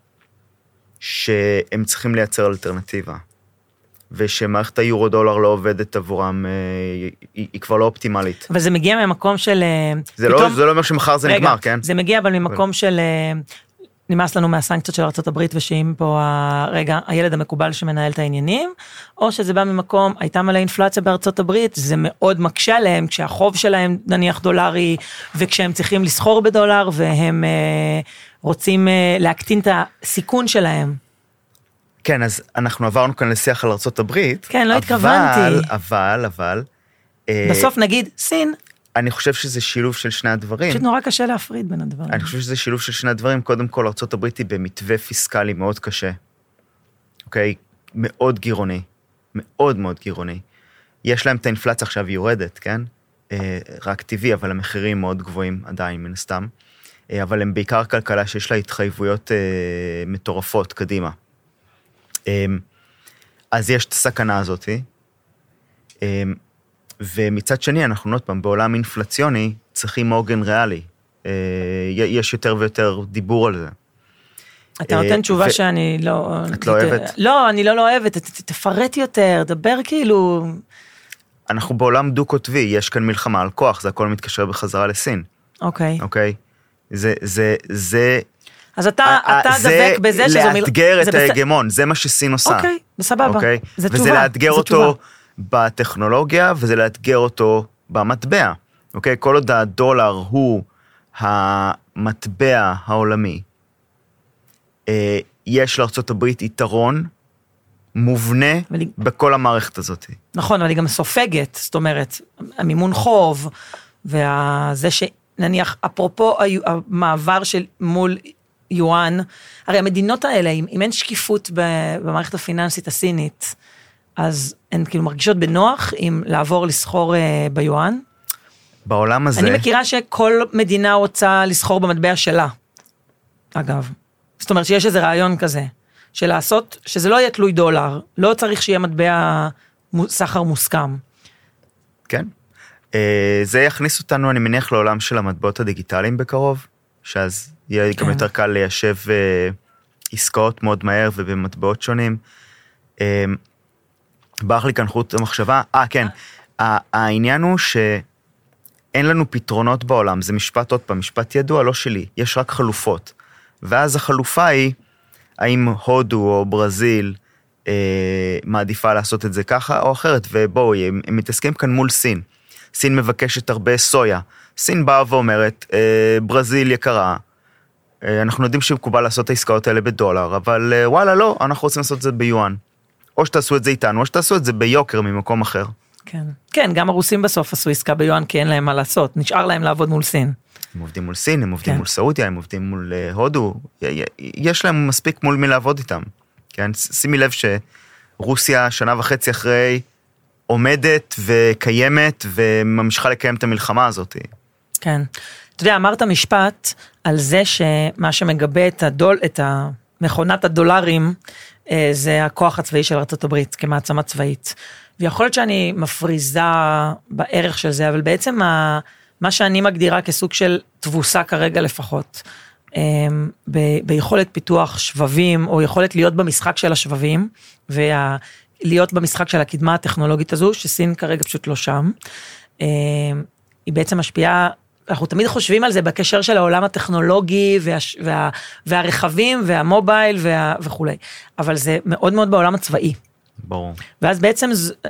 שהם צריכים לייצר אלטרנטיבה, ושמערכת היורו דולר לא עובדת עבורם, היא כבר לא אופטימלית. אבל זה מגיע ממקום של... זה לא אומר שמחר זה נגמר, כן? זה מגיע אבל ממקום של... נמאס לנו מהסנקציות של ארצות הברית, ושאם פה הילד המקובל שמנהל את העניינים, או שזה בא ממקום, הייתה מלא אינפלציה בארצות הברית, זה מאוד מקשה עליהם, כשהחוב שלהם נניח דולרי, וכשהם צריכים לסחור בדולר, והם רוצים להקטין את הסיכון שלהם. כן, אז אנחנו עברנו כאן לשיח על ארצות הברית. כן, לא התכוונתי. אבל... בסוף נגיד, סין. אני חושב שזה שילוב של שני הדברים. פשוט נורא קשה להפריד בין הדברים. אני חושב שזה שילוב של שני הדברים. קודם כל, ארצות הברית היא במתווה פיסקלי מאוד קשה. אוקיי? מאוד גירוני. מאוד מאוד גירוני. יש להם את האינפלציה עכשיו, היא יורדת, כן? רק טבעי, אבל המחירים מאוד גבוהים עדיין, מן הסתם. אבל הם בעיקר כלכלה שיש לה התחייבויות מטורפות קדימה. אז יש את הסכנה הזאת, ומצד שני אנחנו עוד פעם בעולם אינפלציוני צריכים עוגן ריאלי, יש יותר ויותר דיבור על זה. אתה נותן תשובה שאני לא... את לא אוהבת? לא, אני לא אוהבת, תפרט יותר, דבר כאילו... אנחנו בעולם דו-קוטבי, יש כאן מלחמה על כוח, זה הכל מתקשר בחזרה לסין. אוקיי. אוקיי? זה... אז אתה דבק בזה שזו לאתגר את ההגמון, זה מה שסין עושה. אוקיי, בסבבה, זה תשובה. וזה לאתגר אותו בטכנולוגיה, וזה לאתגר אותו במטבע. אוקיי? כל עוד הדולר הוא המטבע העולמי, יש לארצות הברית יתרון מובנה בכל המערכת הזאת. נכון, אבל היא גם סופגת, זאת אומרת, המימון חוב, וזה שנניח, אפרופו המעבר של מול יואן, הרי המדינות האלה, אם אין שקיפות במערכת הפיננסית הסינית, אז הן כאילו מרגישות בנוח עם לעבור לסחור ביואן. בעולם הזה... אני מכירה שכל מדינה רוצה לסחור במטבע שלה, אגב. זאת אומרת שיש איזה רעיון כזה, של לעשות, שזה לא יהיה תלוי דולר, לא צריך שיהיה מטבע סחר מוסכם. כן. זה יכניס אותנו, אני מניח, לעולם של המטבעות הדיגיטליים בקרוב, שאז יהיה גם יותר קל ליישב עסקאות מאוד מהר ובמטבעות שונים. ברח לי כאן חוט המחשבה. כן. העניין הוא שאין לנו פתרונות בעולם, זה משפט עוד פעם, משפט ידוע, לא שלי, יש רק חלופות. ואז החלופה היא, האם הודו או ברזיל מעדיפה לעשות את זה ככה או אחרת, ובואו, הם מתעסקים כאן מול סין. סין מבקשת הרבה סויה. סין באה ואומרת, ברזיל יקרה, אנחנו יודעים שמקובל לעשות את העסקאות האלה בדולר, אבל וואלה, לא, אנחנו רוצים לעשות את זה ביואן. או שתעשו את זה איתנו, או שתעשו את זה ביוקר ממקום אחר. כן, כן, גם הרוסים בסוף עשו עסקה ביואן, כי אין להם מה לעשות, נשאר להם לעבוד מול סין. הם עובדים מול סין, הם עובדים מול סעודיה, הם עובדים מול הודו, יש להם מספיק מול מי לעבוד איתם. כן, שימי לב שרוסיה שנה וחצי אחרי עומדת וקיימת וממשיכה לקיים את המלחמה הזאת. כן. אתה יודע, אמרת משפט על זה שמה שמגבה את מכונת הדולרים, זה הכוח הצבאי של ארצות הברית, כמעצמה צבאית. ויכול להיות שאני מפריזה בערך של זה, אבל בעצם מה שאני מגדירה כסוג של תבוסה כרגע לפחות, ביכולת פיתוח שבבים, או יכולת להיות במשחק של השבבים, להיות במשחק של הקדמה הטכנולוגית הזו, שסין כרגע פשוט לא שם. היא בעצם משפיעה, אנחנו תמיד חושבים על זה בקשר של העולם הטכנולוגי, והרכבים, והמובייל, וכו'. אבל זה מאוד מאוד בעולם הצבאי. ברור. ואז בעצם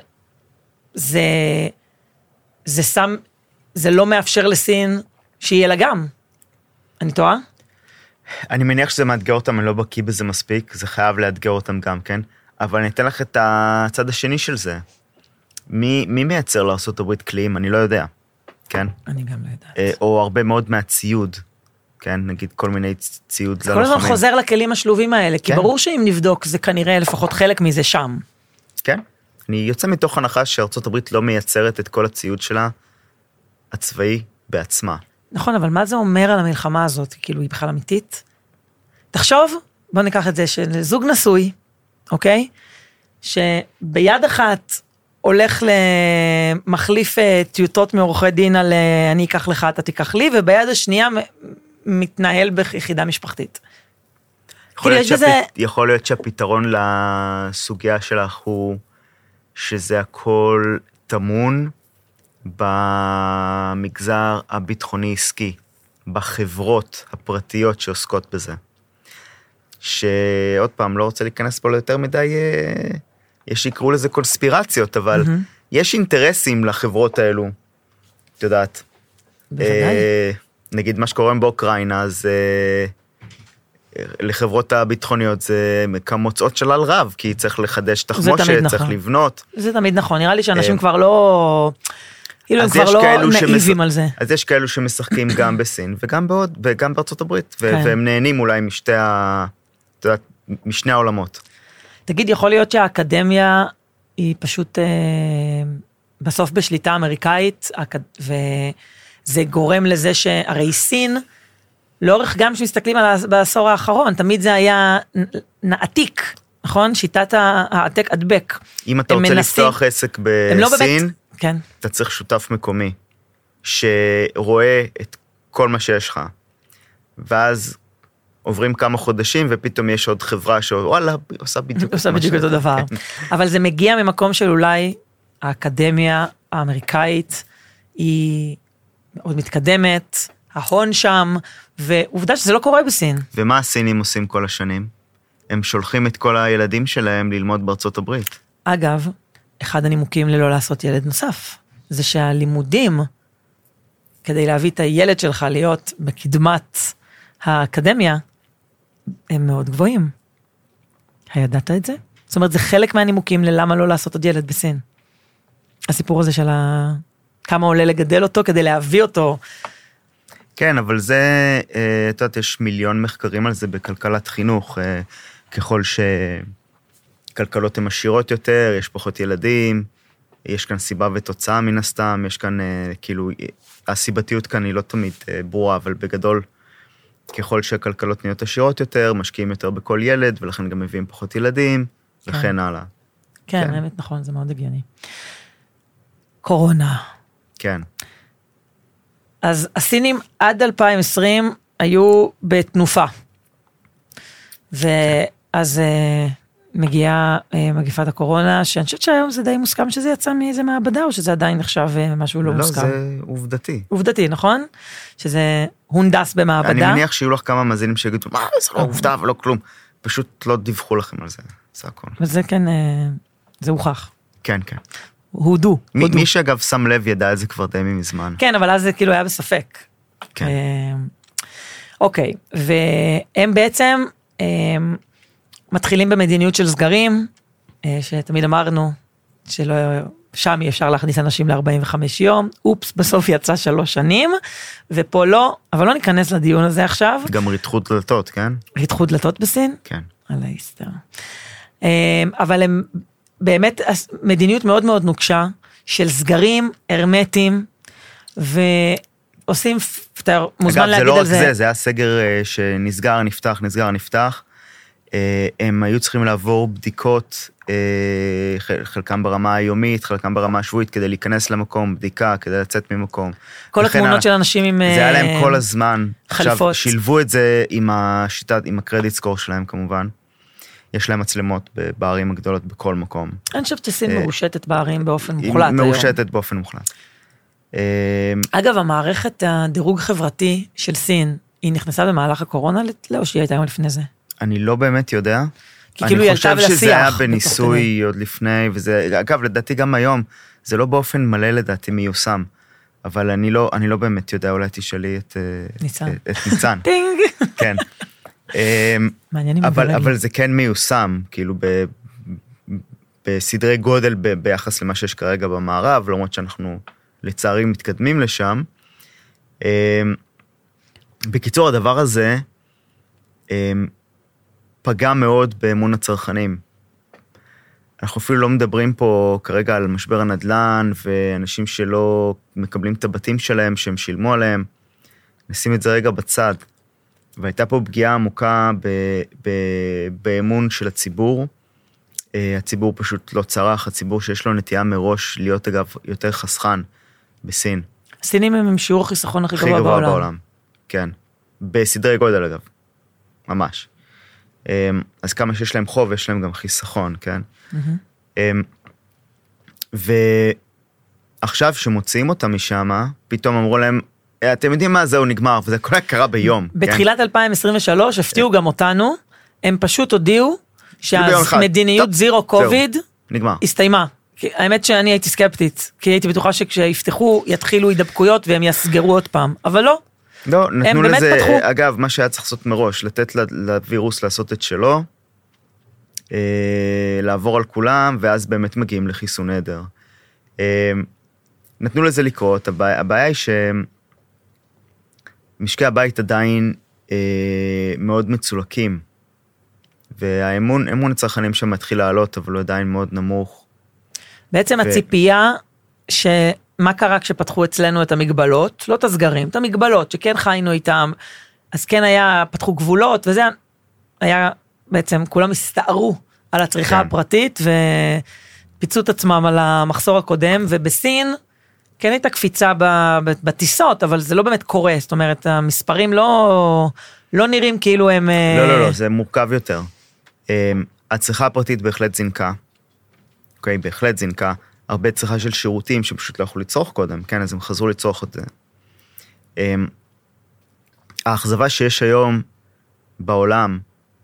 זה לא מאפשר לסין שיהיה לה גם. אני טועה? אני מניח שזה מאתגר אותם, אני לא בקיא בזה מספיק, זה חייב לאתגר אותם גם, כן? אבל אני אתן לך את הצד השני של זה. מי מייצר לארצות הברית כלים? אני לא יודע, כן? אני גם לא יודעת. או הרבה מאוד מהציוד, כן? נגיד כל מיני ציוד ללוחמים. כל הזמן חוזר לכלים השלובים האלה, כי ברור שאם נבדוק, זה כנראה לפחות חלק מזה שם. כן. אני יוצא מתוך הנחה שארצות הברית לא מייצרת את כל הציוד שלה, הצבאי בעצמה. נכון, אבל מה זה אומר על המלחמה הזאת? כאילו, היא בכלל אמיתית? תחשוב, בוא ניקח את זה, שזוג נשוי, אוקיי? שביד אחת הולך למחליף טיוטות מעורכי דין על אני אקח לך, אתה תיקח לי, וביד השנייה מתנהל ביחידה משפחתית. יכול להיות שהפתרון לסוגיה שלך הוא שזה הכל תמון במגזר הביטחוני-עסקי, בחברות הפרטיות שעוסקות בזה. שעוד פעם, לא רוצה להיכנס פה ליותר מדי, יש שיקראו לזה קונספירציות, אבל יש אינטרסים לחברות האלו, את יודעת. בוודאי. נגיד מה שקורה באוקראינה, אז לחברות הביטחוניות זה כמוצאות שלל רב, כי צריך לחדש תחמושת, צריך לבנות. זה תמיד נכון, נראה לי שאנשים כבר לא... כאילו הם כבר לא נאיבים על זה. אז יש כאלו שמשחקים גם בסין, וגם בארצות הברית, והם נהנים אולי משני העולמות. תגיד, יכול להיות שהאקדמיה היא פשוט בסוף בשליטה אמריקאית, וזה גורם לזה שהרי סין, לאורך גם שמסתכלים בעשור האחרון, תמיד זה היה נעתיק, נכון? שיטת העתק הדבק. אם אתה רוצה לפתוח עסק בסין, אתה צריך שותף מקומי, שרואה את כל מה שיש לך, ואז עוברים כמה חודשים, ופתאום יש עוד חברה שוואלה, עושה בדיוק אותו דבר. אבל זה מגיע ממקום של אולי האקדמיה האמריקאית, היא מאוד מתקדמת, ההון שם, ועובדה שזה לא קורה בסין. ומה הסינים עושים כל השנים? הם שולחים את כל הילדים שלהם ללמוד בארצות הברית. אגב, אחד הנימוקים ללא לעשות ילד נוסף, זה שהלימודים, כדי להביא את הילד שלך להיות בקדמת האקדמיה, הם מאוד גבוהים. הידעת את זה? זאת אומרת, זה חלק מהנימוקים ללמה לא לעשות עוד ילד בסין. הסיפור הזה של כמה עולה לגדל אותו, כדי להביא אותו. כן, אבל זה, את יודעת, יש מיליון מחקרים על זה בכלכלת חינוך, ככל שכלכלות הן עשירות יותר, יש פחות ילדים, יש כאן סיבה ותוצאה מן הסתם, יש כאן, כאילו, הסיבתיות כאן היא לא תמיד ברורה, אבל בגדול, ככל שהכלכלות נהיות עשירות יותר, משקיעים יותר בכל ילד, ולכן גם מביאים פחות ילדים, וכן הלאה. כן, האמת נכון, זה מאוד הגיוני. קורונה. כן. אז הסינים עד 2020 היו בתנופה. ואז מגיעה מגפת הקורונה, שאני חושבת שהיום זה די מוסכם שזה יצא מאיזה מעבדה, או שזה עדיין נחשב משהו לא מוסכם? לא, זה עובדתי. עובדתי, נכון? שזה הונדס במעבדה. אני מניח שיהיו לך כמה מאזינים שיגידו, מה, זה לא עובדה ולא כלום. פשוט לא דיווחו לכם על זה, זה הכל. וזה כן, זה הוכח. כן, כן. הודו. מי שאגב שם לב ידע את זה כבר די מזמן. כן, אבל אז זה כאילו היה בספק. כן. אוקיי, והם בעצם מתחילים במדיניות של סגרים, שתמיד אמרנו שלא, שם אי אפשר להכניס אנשים ל-45 יום, אופס, בסוף יצא 3 שנים, ופה לא, אבל לא ניכנס לדיון הזה עכשיו. גם ריתחו דלתות, כן? ריתחו דלתות בסין? כן. על ההיסטר. אבל הם באמת מדיניות מאוד מאוד נוקשה, של סגרים, הרמטיים, ועושים, אתה מוזמן להגיד על זה. אגב, זה לא רק זה, זה היה סגר שנסגר, נפתח, נסגר, נפתח. הם היו צריכים לעבור בדיקות, חלקם ברמה היומית, חלקם ברמה השבועית, כדי להיכנס למקום, בדיקה, כדי לצאת ממקום. כל התמונות של אנשים עם זה היה להם כל הזמן. חליפות. עכשיו, שילבו את זה עם השיטת, עם הקרדיט סקור שלהם כמובן. יש להם מצלמות בערים הגדולות בכל מקום. אני חושבת שסין מרושתת בערים באופן מוחלט היום. מרושתת באופן מוחלט. אגב, המערכת הדירוג חברתי של סין, היא נכנסה במהלך הקורונה, או שהיא הייתה היום לפני זה? אני לא באמת יודע. אני חושב שזה היה בניסוי עוד לפני, וזה, אגב, לדעתי גם היום, זה לא באופן מלא לדעתי מיושם, אבל אני לא באמת יודע, אולי תשאלי את ניצן. טינג. כן. אבל זה כן מיושם, כאילו בסדרי גודל ביחס למה שיש כרגע במערב, למרות שאנחנו לצערי מתקדמים לשם. בקיצור, הדבר הזה פגע מאוד באמון הצרכנים. אנחנו אפילו לא מדברים פה כרגע על משבר הנדל"ן, ואנשים שלא מקבלים את הבתים שלהם, שהם שילמו עליהם. נשים את זה רגע בצד. והייתה פה פגיעה עמוקה באמון של הציבור. הציבור פשוט לא צרח, הציבור שיש לו נטייה מראש להיות אגב יותר חסכן בסין. הסינים הם שיעור החיסכון הכי גבוה בעולם. כן. בסדרי גודל אגב. ממש. אז כמה שיש להם חוב, יש להם גם חיסכון, כן? ועכשיו שמוציאים אותם משם, פתאום אמרו להם, אתם יודעים מה, זהו נגמר, וזה כל קרה ביום. בתחילת 2023 הפתיעו גם אותנו, הם פשוט הודיעו שהמדיניות זירו קוביד הסתיימה. האמת שאני הייתי סקפטית, כי הייתי בטוחה שכשיפתחו יתחילו הידבקויות והם יסגרו עוד פעם, אבל לא. לא, נתנו לזה, אגב, מה שהיה צריך לעשות מראש, לתת לווירוס לעשות את שלו, לעבור על כולם, ואז באמת מגיעים לחיסון נהדר. נתנו לזה לקרות, הבעיה היא שמשקי הבית עדיין מאוד מצולקים, והאמון הצרכנים שם מתחיל לעלות, אבל הוא עדיין מאוד נמוך. בעצם הציפייה מה קרה כשפתחו אצלנו את המגבלות, לא את הסגרים, את המגבלות, שכן חיינו איתם, אז כן פתחו גבולות, וזה היה בעצם, כולם הסתערו על הצריכה הפרטית, ופיצו את עצמם על המחסור הקודם, ובסין, כן הייתה קפיצה בטיסות, אבל זה לא באמת קורה, זאת אומרת, המספרים לא נראים כאילו הם... לא, זה מורכב יותר. הצריכה הפרטית בהחלט זינקה, אוקיי, בהחלט זינקה, הרבה צריכה של שירותים שפשוט לא יכולו לצרוך קודם, כן, אז הם חזרו לצרוך את זה. האכזבה שיש היום בעולם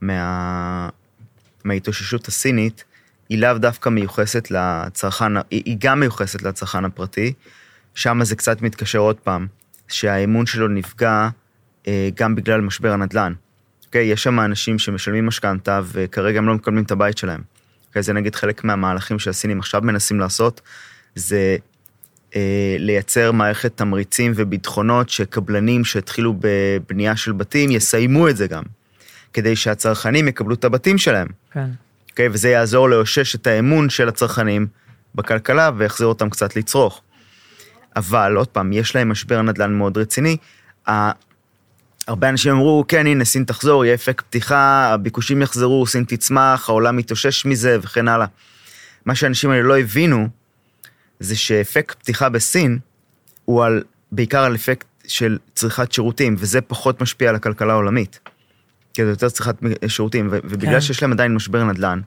מההתאוששות הסינית, היא לאו דווקא מיוחסת לצרכן, היא גם מיוחסת לצרכן הפרטי, שם זה קצת מתקשר עוד פעם, שהאמון שלו נפגע גם בגלל משבר הנדל"ן. אוקיי, יש שם אנשים שמשלמים משכנתה, וכרגע הם לא מקבלים את הבית שלהם. אוקיי, זה נגיד חלק מהמהלכים שהסינים עכשיו מנסים לעשות, זה לייצר מערכת תמריצים וביטחונות שקבלנים שהתחילו בבנייה של בתים, יסיימו את זה גם, כדי שהצרכנים יקבלו את הבתים שלהם. כן. אוקיי, וזה יעזור לאושש את האמון של הצרכנים בכלכלה, ויחזיר אותם קצת לצרוך. אבל, עוד פעם, יש להם משבר נדל"ן מאוד רציני, הרבה אנשים אמרו, כן, הנה, סין תחזור, יהיה אפקט פתיחה, הביקושים יחזרו, סין תצמח, העולם מתאושש מזה, וכן הלאה. מה שאנשים האלה לא הבינו, זה שאפקט פתיחה בסין, הוא בעיקר על אפקט של צריכת שירותים, וזה פחות משפיע על הכלכלה העולמית. כי זה יותר צריכת שירותים, ובגלל שיש להם עדיין משבר נדל"ן,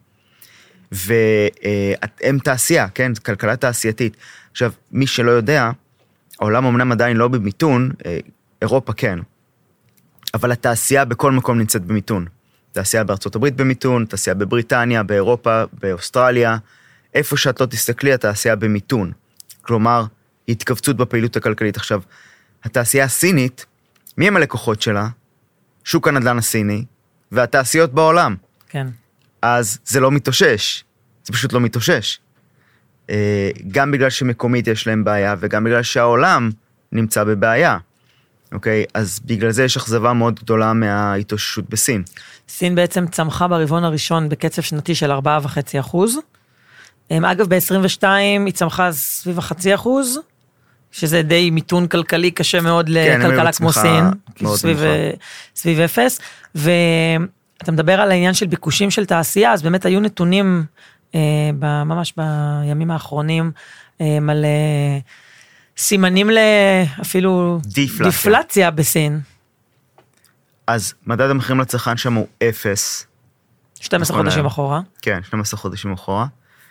והם תעשייה, כן? כלכלה תעשייתית. עכשיו, מי שלא יודע, העולם אמנם עדיין לא במיתון, אירופה כן, אבל התעשייה בכל מקום נמצאת במיתון. תעשייה בארצות הברית במיתון, תעשייה בבריטניה, באירופה, באוסטרליה, איפה שאת לא תסתכלי, התעשייה במיתון. כלומר, התכווצות בפעילות הכלכלית. עכשיו, התעשייה הסינית, מי הם הלקוחות שלה? שוק הנדל"ן הסיני, והתעשיות בעולם. כן. אז זה לא מתאושש, זה פשוט לא מתאושש. גם בגלל שמקומית יש להם בעיה, וגם בגלל שהעולם נמצא בבעיה. אוקיי? אז בגלל זה יש אכזבה מאוד גדולה מההתאוששות בסין. סין בעצם צמחה ברבעון הראשון בקצב שנתי של 4.5%. אגב, ב-22 היא צמחה סביב 0.5%, שזה די מיתון כלכלי קשה מאוד לכלכלה כמו סין, סביב 0. ואתה מדבר על העניין של ביקושים של תעשייה, אז באמת היו נתונים ממש בימים האחרונים על סימנים לאפילו דיפלציה בסין. אז מדד המחירים לצרכן שם הוא 0. 12 חודשים אחורה. כן, 12 חודשים אחורה.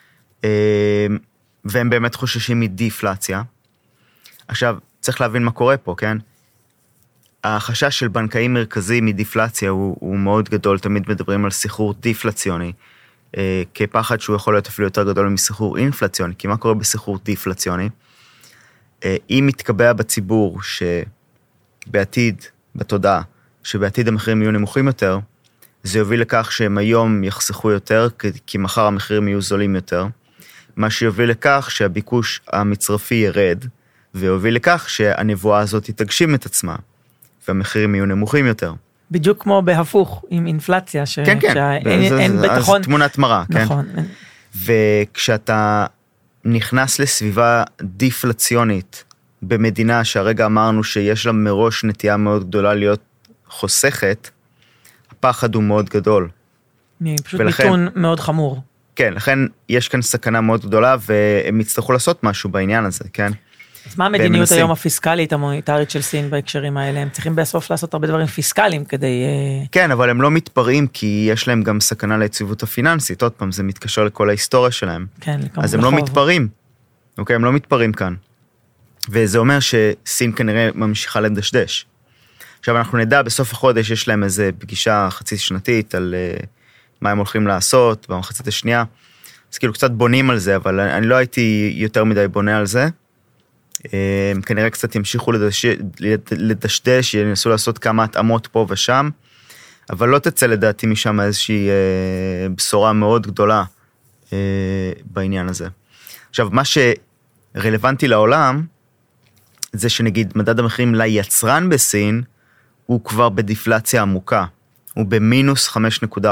והם באמת חוששים מדיפלציה. עכשיו, צריך להבין מה קורה פה, כן? החשש של בנקאי מרכזי מדיפלציה הוא מאוד גדול, תמיד מדברים על סחרור דיפלציוני, כפחד שהוא יכול להיות אפילו יותר גדול מסחרור אינפלציוני, כי מה קורה בסחרור דיפלציוני? אם מתקבע בציבור שבעתיד, בתודעה, שבעתיד המחירים יהיו נמוכים יותר, זה יוביל לכך שהם היום יחסכו יותר, כי מחר המחירים יהיו זולים יותר, מה שיוביל לכך שהביקוש המצרפי ירד, ויוביל לכך שהנבואה הזאת תגשים את עצמה, והמחירים יהיו נמוכים יותר. בדיוק כמו בהפוך, עם אינפלציה, כן, כן, אין ביטחון. אז תמונת מראה, כן? נכון. וכשאתה נכנס לסביבה דיפלציונית, במדינה שהרגע אמרנו שיש לה מראש נטייה מאוד גדולה להיות חוסכת, הפחד הוא מאוד גדול. פשוט מיתון מאוד חמור. כן, לכן יש כאן סכנה מאוד גדולה, והם יצטרכו לעשות משהו בעניין הזה, כן? אז מה המדיניות היום הפיסקלית, המוניטרית של סין בהקשרים האלה? הם צריכים בסוף לעשות הרבה דברים פיסקליים כדי... כן, אבל הם לא מתפרעים, כי יש להם גם סכנה ליציבות הפיננסית, עוד פעם, זה מתקשר לכל ההיסטוריה שלהם. כן, אז הם לא מתפרעים, אוקיי, הם לא מתפרעים כאן. וזה אומר שסין כנראה ממשיכה לדשדש. עכשיו אנחנו נדע, בסוף החודש יש להם איזו פגישה חצי שנתית על מה הם הולכים לעשות במחצית השנייה. אז כאילו קצת בונים על זה, אבל אני לא הייתי יותר מדי בונה על זה. כנראה קצת ימשיכו לדשדש, ינסו לעשות כמה התאמות פה ושם, אבל לא תצא לדעתי משם איזושהי בשורה מאוד גדולה בעניין הזה. עכשיו, מה שרלוונטי לעולם, זה שנגיד מדד המחירים ליצרן בסין, הוא כבר בדיפלציה עמוקה, הוא במינוס 5.4%.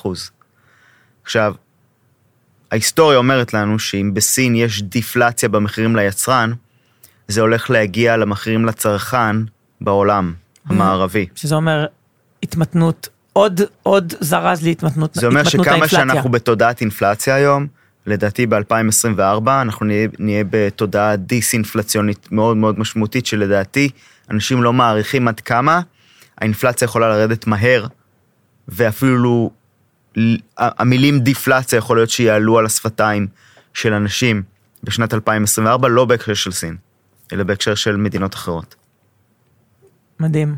עכשיו, ההיסטוריה אומרת לנו שאם בסין יש דיפלציה במחירים ליצרן, זה הולך להגיע למחירים לצרכן בעולם המערבי. שזה אומר התמתנות, עוד זרז להתמתנות זה אומר שכמה שאנחנו בתודעת אינפלציה היום, לדעתי ב-2024 אנחנו נהיה בתודעה דיסאינפלציונית מאוד מאוד משמעותית, שלדעתי אנשים לא מעריכים עד כמה האינפלציה יכולה לרדת מהר, ואפילו המילים דיפלציה יכול להיות שיעלו על השפתיים של אנשים בשנת 2024, לא בהקשר של סין, אלא בהקשר של מדינות אחרות. מדהים.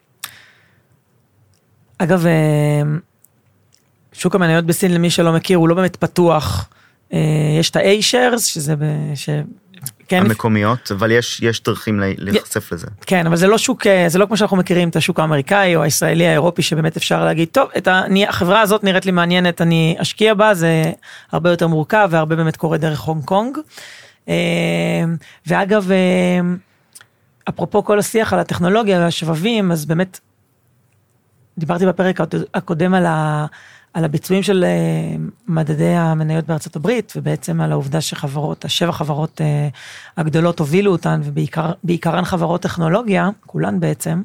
אגב, שוק המניות בסין, למי שלא מכיר, הוא לא באמת פתוח. יש את ה-A-shares, שזה המקומיות, אבל יש דרכים להיחשף לזה. כן, אבל זה לא שוק, זה לא כמו שאנחנו מכירים את השוק האמריקאי או הישראלי האירופי, שבאמת אפשר להגיד, טוב, החברה הזאת נראית לי מעניינת, אני אשקיע בה, זה הרבה יותר מורכב, והרבה באמת קורה דרך הונג קונג. ואגב, אפרופו כל השיח על הטכנולוגיה והשבבים, אז באמת, דיברתי בפרק הקודם על הביצועים של מדדי המניות בארצות הברית, ובעצם על העובדה שחברות, 7 חברות הגדולות הובילו אותן, ובעיקרן חברות טכנולוגיה, כולן בעצם,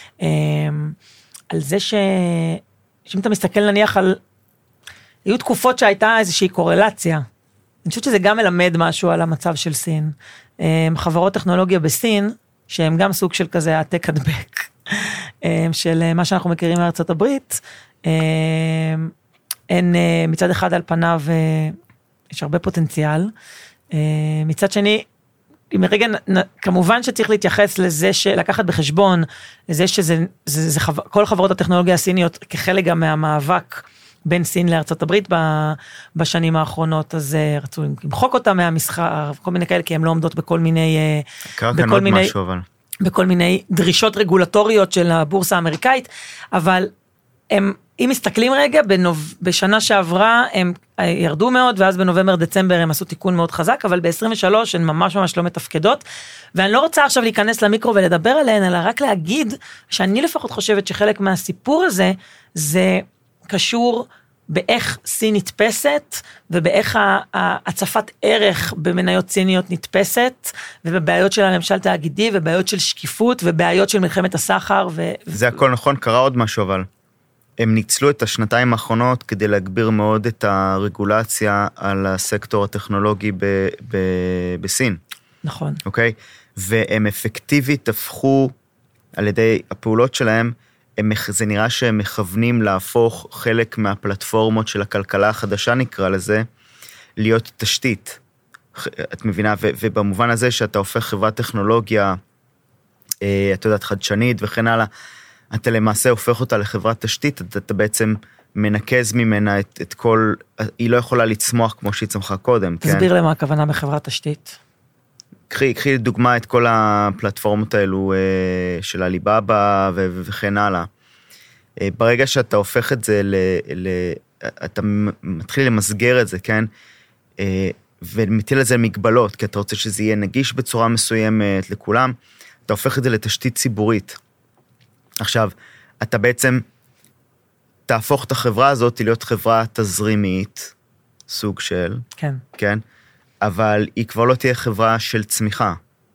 על זה שאם אתה מסתכל נניח על, היו תקופות שהייתה איזושהי קורלציה, אני חושבת שזה גם מלמד משהו על המצב של סין. חברות טכנולוגיה בסין, שהם גם סוג של כזה העתק הדבק, של מה שאנחנו מכירים מארצות הברית, אין מצד אחד על פניו, יש הרבה פוטנציאל, מצד שני, מרגע, כמובן שצריך להתייחס לזה, לקחת בחשבון, לזה כל חברות הטכנולוגיה הסיניות, כחלק גם מהמאבק בין סין לארצות הברית בשנים האחרונות, אז רצו למחוק אותה מהמסחר, כל מיני כאלה, כי הן לא עומדות בכל מיני, בכל מיני דרישות רגולטוריות של הבורסה האמריקאית, אבל אם מסתכלים רגע, בשנה שעברה הם ירדו מאוד, ואז בנובמבר-דצמבר הם עשו תיקון מאוד חזק, אבל ב-23 הן ממש ממש לא מתפקדות, ואני לא רוצה עכשיו להיכנס למיקרו ולדבר עליהן, אלא רק להגיד שאני לפחות חושבת שחלק מהסיפור הזה, זה קשור באיך סין נתפסת, ובאיך הצפת ערך במניות סיניות נתפסת, ובבעיות של הממשל תאגידי, ובעיות של שקיפות, ובעיות של מלחמת הסחר. זה הכל נכון, קרה עוד משהו, אבל הם ניצלו את השנתיים האחרונות כדי להגביר מאוד את הרגולציה על הסקטור הטכנולוגי בסין. נכון. אוקיי? והם אפקטיבית הפכו על ידי הפעולות שלהם, זה נראה שהם מכוונים להפוך חלק מהפלטפורמות של הכלכלה החדשה, נקרא לזה, להיות תשתית. את מבינה? ובמובן הזה שאתה הופך חברת טכנולוגיה, את יודעת, חדשנית וכן הלאה, אתה למעשה הופך אותה לחברת תשתית, אתה בעצם מנקז ממנה את כל, היא לא יכולה לצמוח כמו שהיא צמחה קודם. תסביר למה הכוונה בחברת תשתית. קחי לדוגמה את כל הפלטפורמות האלו של הליבאבא וכן הלאה. ברגע שאתה הופך את זה, אתה מתחיל למסגר את זה, כן? ומטיל לזה מגבלות, כי אתה רוצה שזה יהיה נגיש בצורה מסוימת לכולם, אתה הופך את זה לתשתית ציבורית. עכשיו, אתה בעצם תהפוך את החברה הזאת להיות חברה תזרימית, סוג של, כן? אבל היא כבר לא תהיה חברה של צמיחה.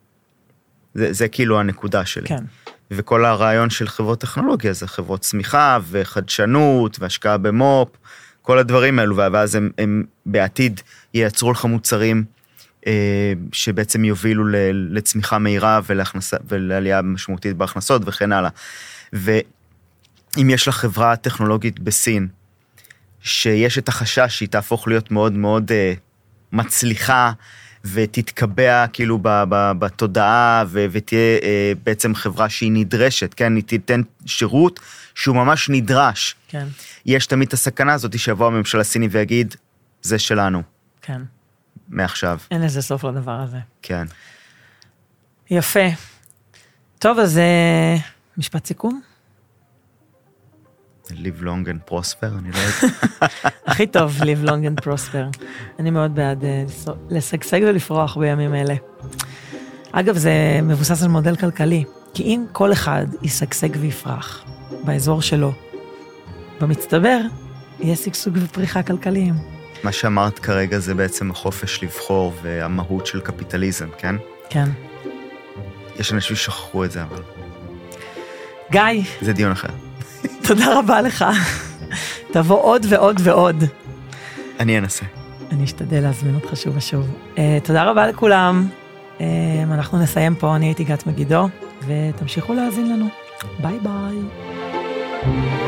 זה כאילו הנקודה שלי. כן. וכל הרעיון של חברות טכנולוגיה זה חברות צמיחה וחדשנות והשקעה במופ, כל הדברים האלו, ואז הם בעתיד ייצרו לך מוצרים שבעצם יובילו לצמיחה מהירה ולעלייה משמעותית בהכנסות וכן הלאה. ואם יש לך חברה טכנולוגית בסין, שיש את החשש שהיא תהפוך להיות מאוד מאוד מצליחה, ותתקבע כאילו בתודעה, ותהיה בעצם חברה שהיא נדרשת, כן? היא תיתן שירות שהוא ממש נדרש. כן. יש תמיד את הסכנה הזאת שיבוא הממשל הסיני ויגיד, זה שלנו. כן. מעכשיו. אין לזה סוף לדבר הזה. כן. יפה. טוב, אז משפט סיכום? live long and prosper, אני לא יודע. הכי טוב, live long and prosper. אני מאוד בעד לשגשג ולפרוח בימים אלה. אגב, זה מבוסס על מודל כלכלי, כי אם כל אחד ישגשג ויפרח באזור שלו, במצטבר, יהיה שגשוג ופריחה כלכליים. מה שאמרת כרגע זה בעצם החופש לבחור והמהות של קפיטליזם, כן? כן. יש אנשים ששכחו את זה, אבל... גיא. זה דיון אחר. תודה רבה לך. תבוא עוד ועוד ועוד. אני אנסה. אני אשתדל להזמין אותך שוב ושוב. תודה רבה לכולם. אנחנו נסיים פה, אני הייתי גת מגידו, ותמשיכו להאזין לנו. ביי ביי.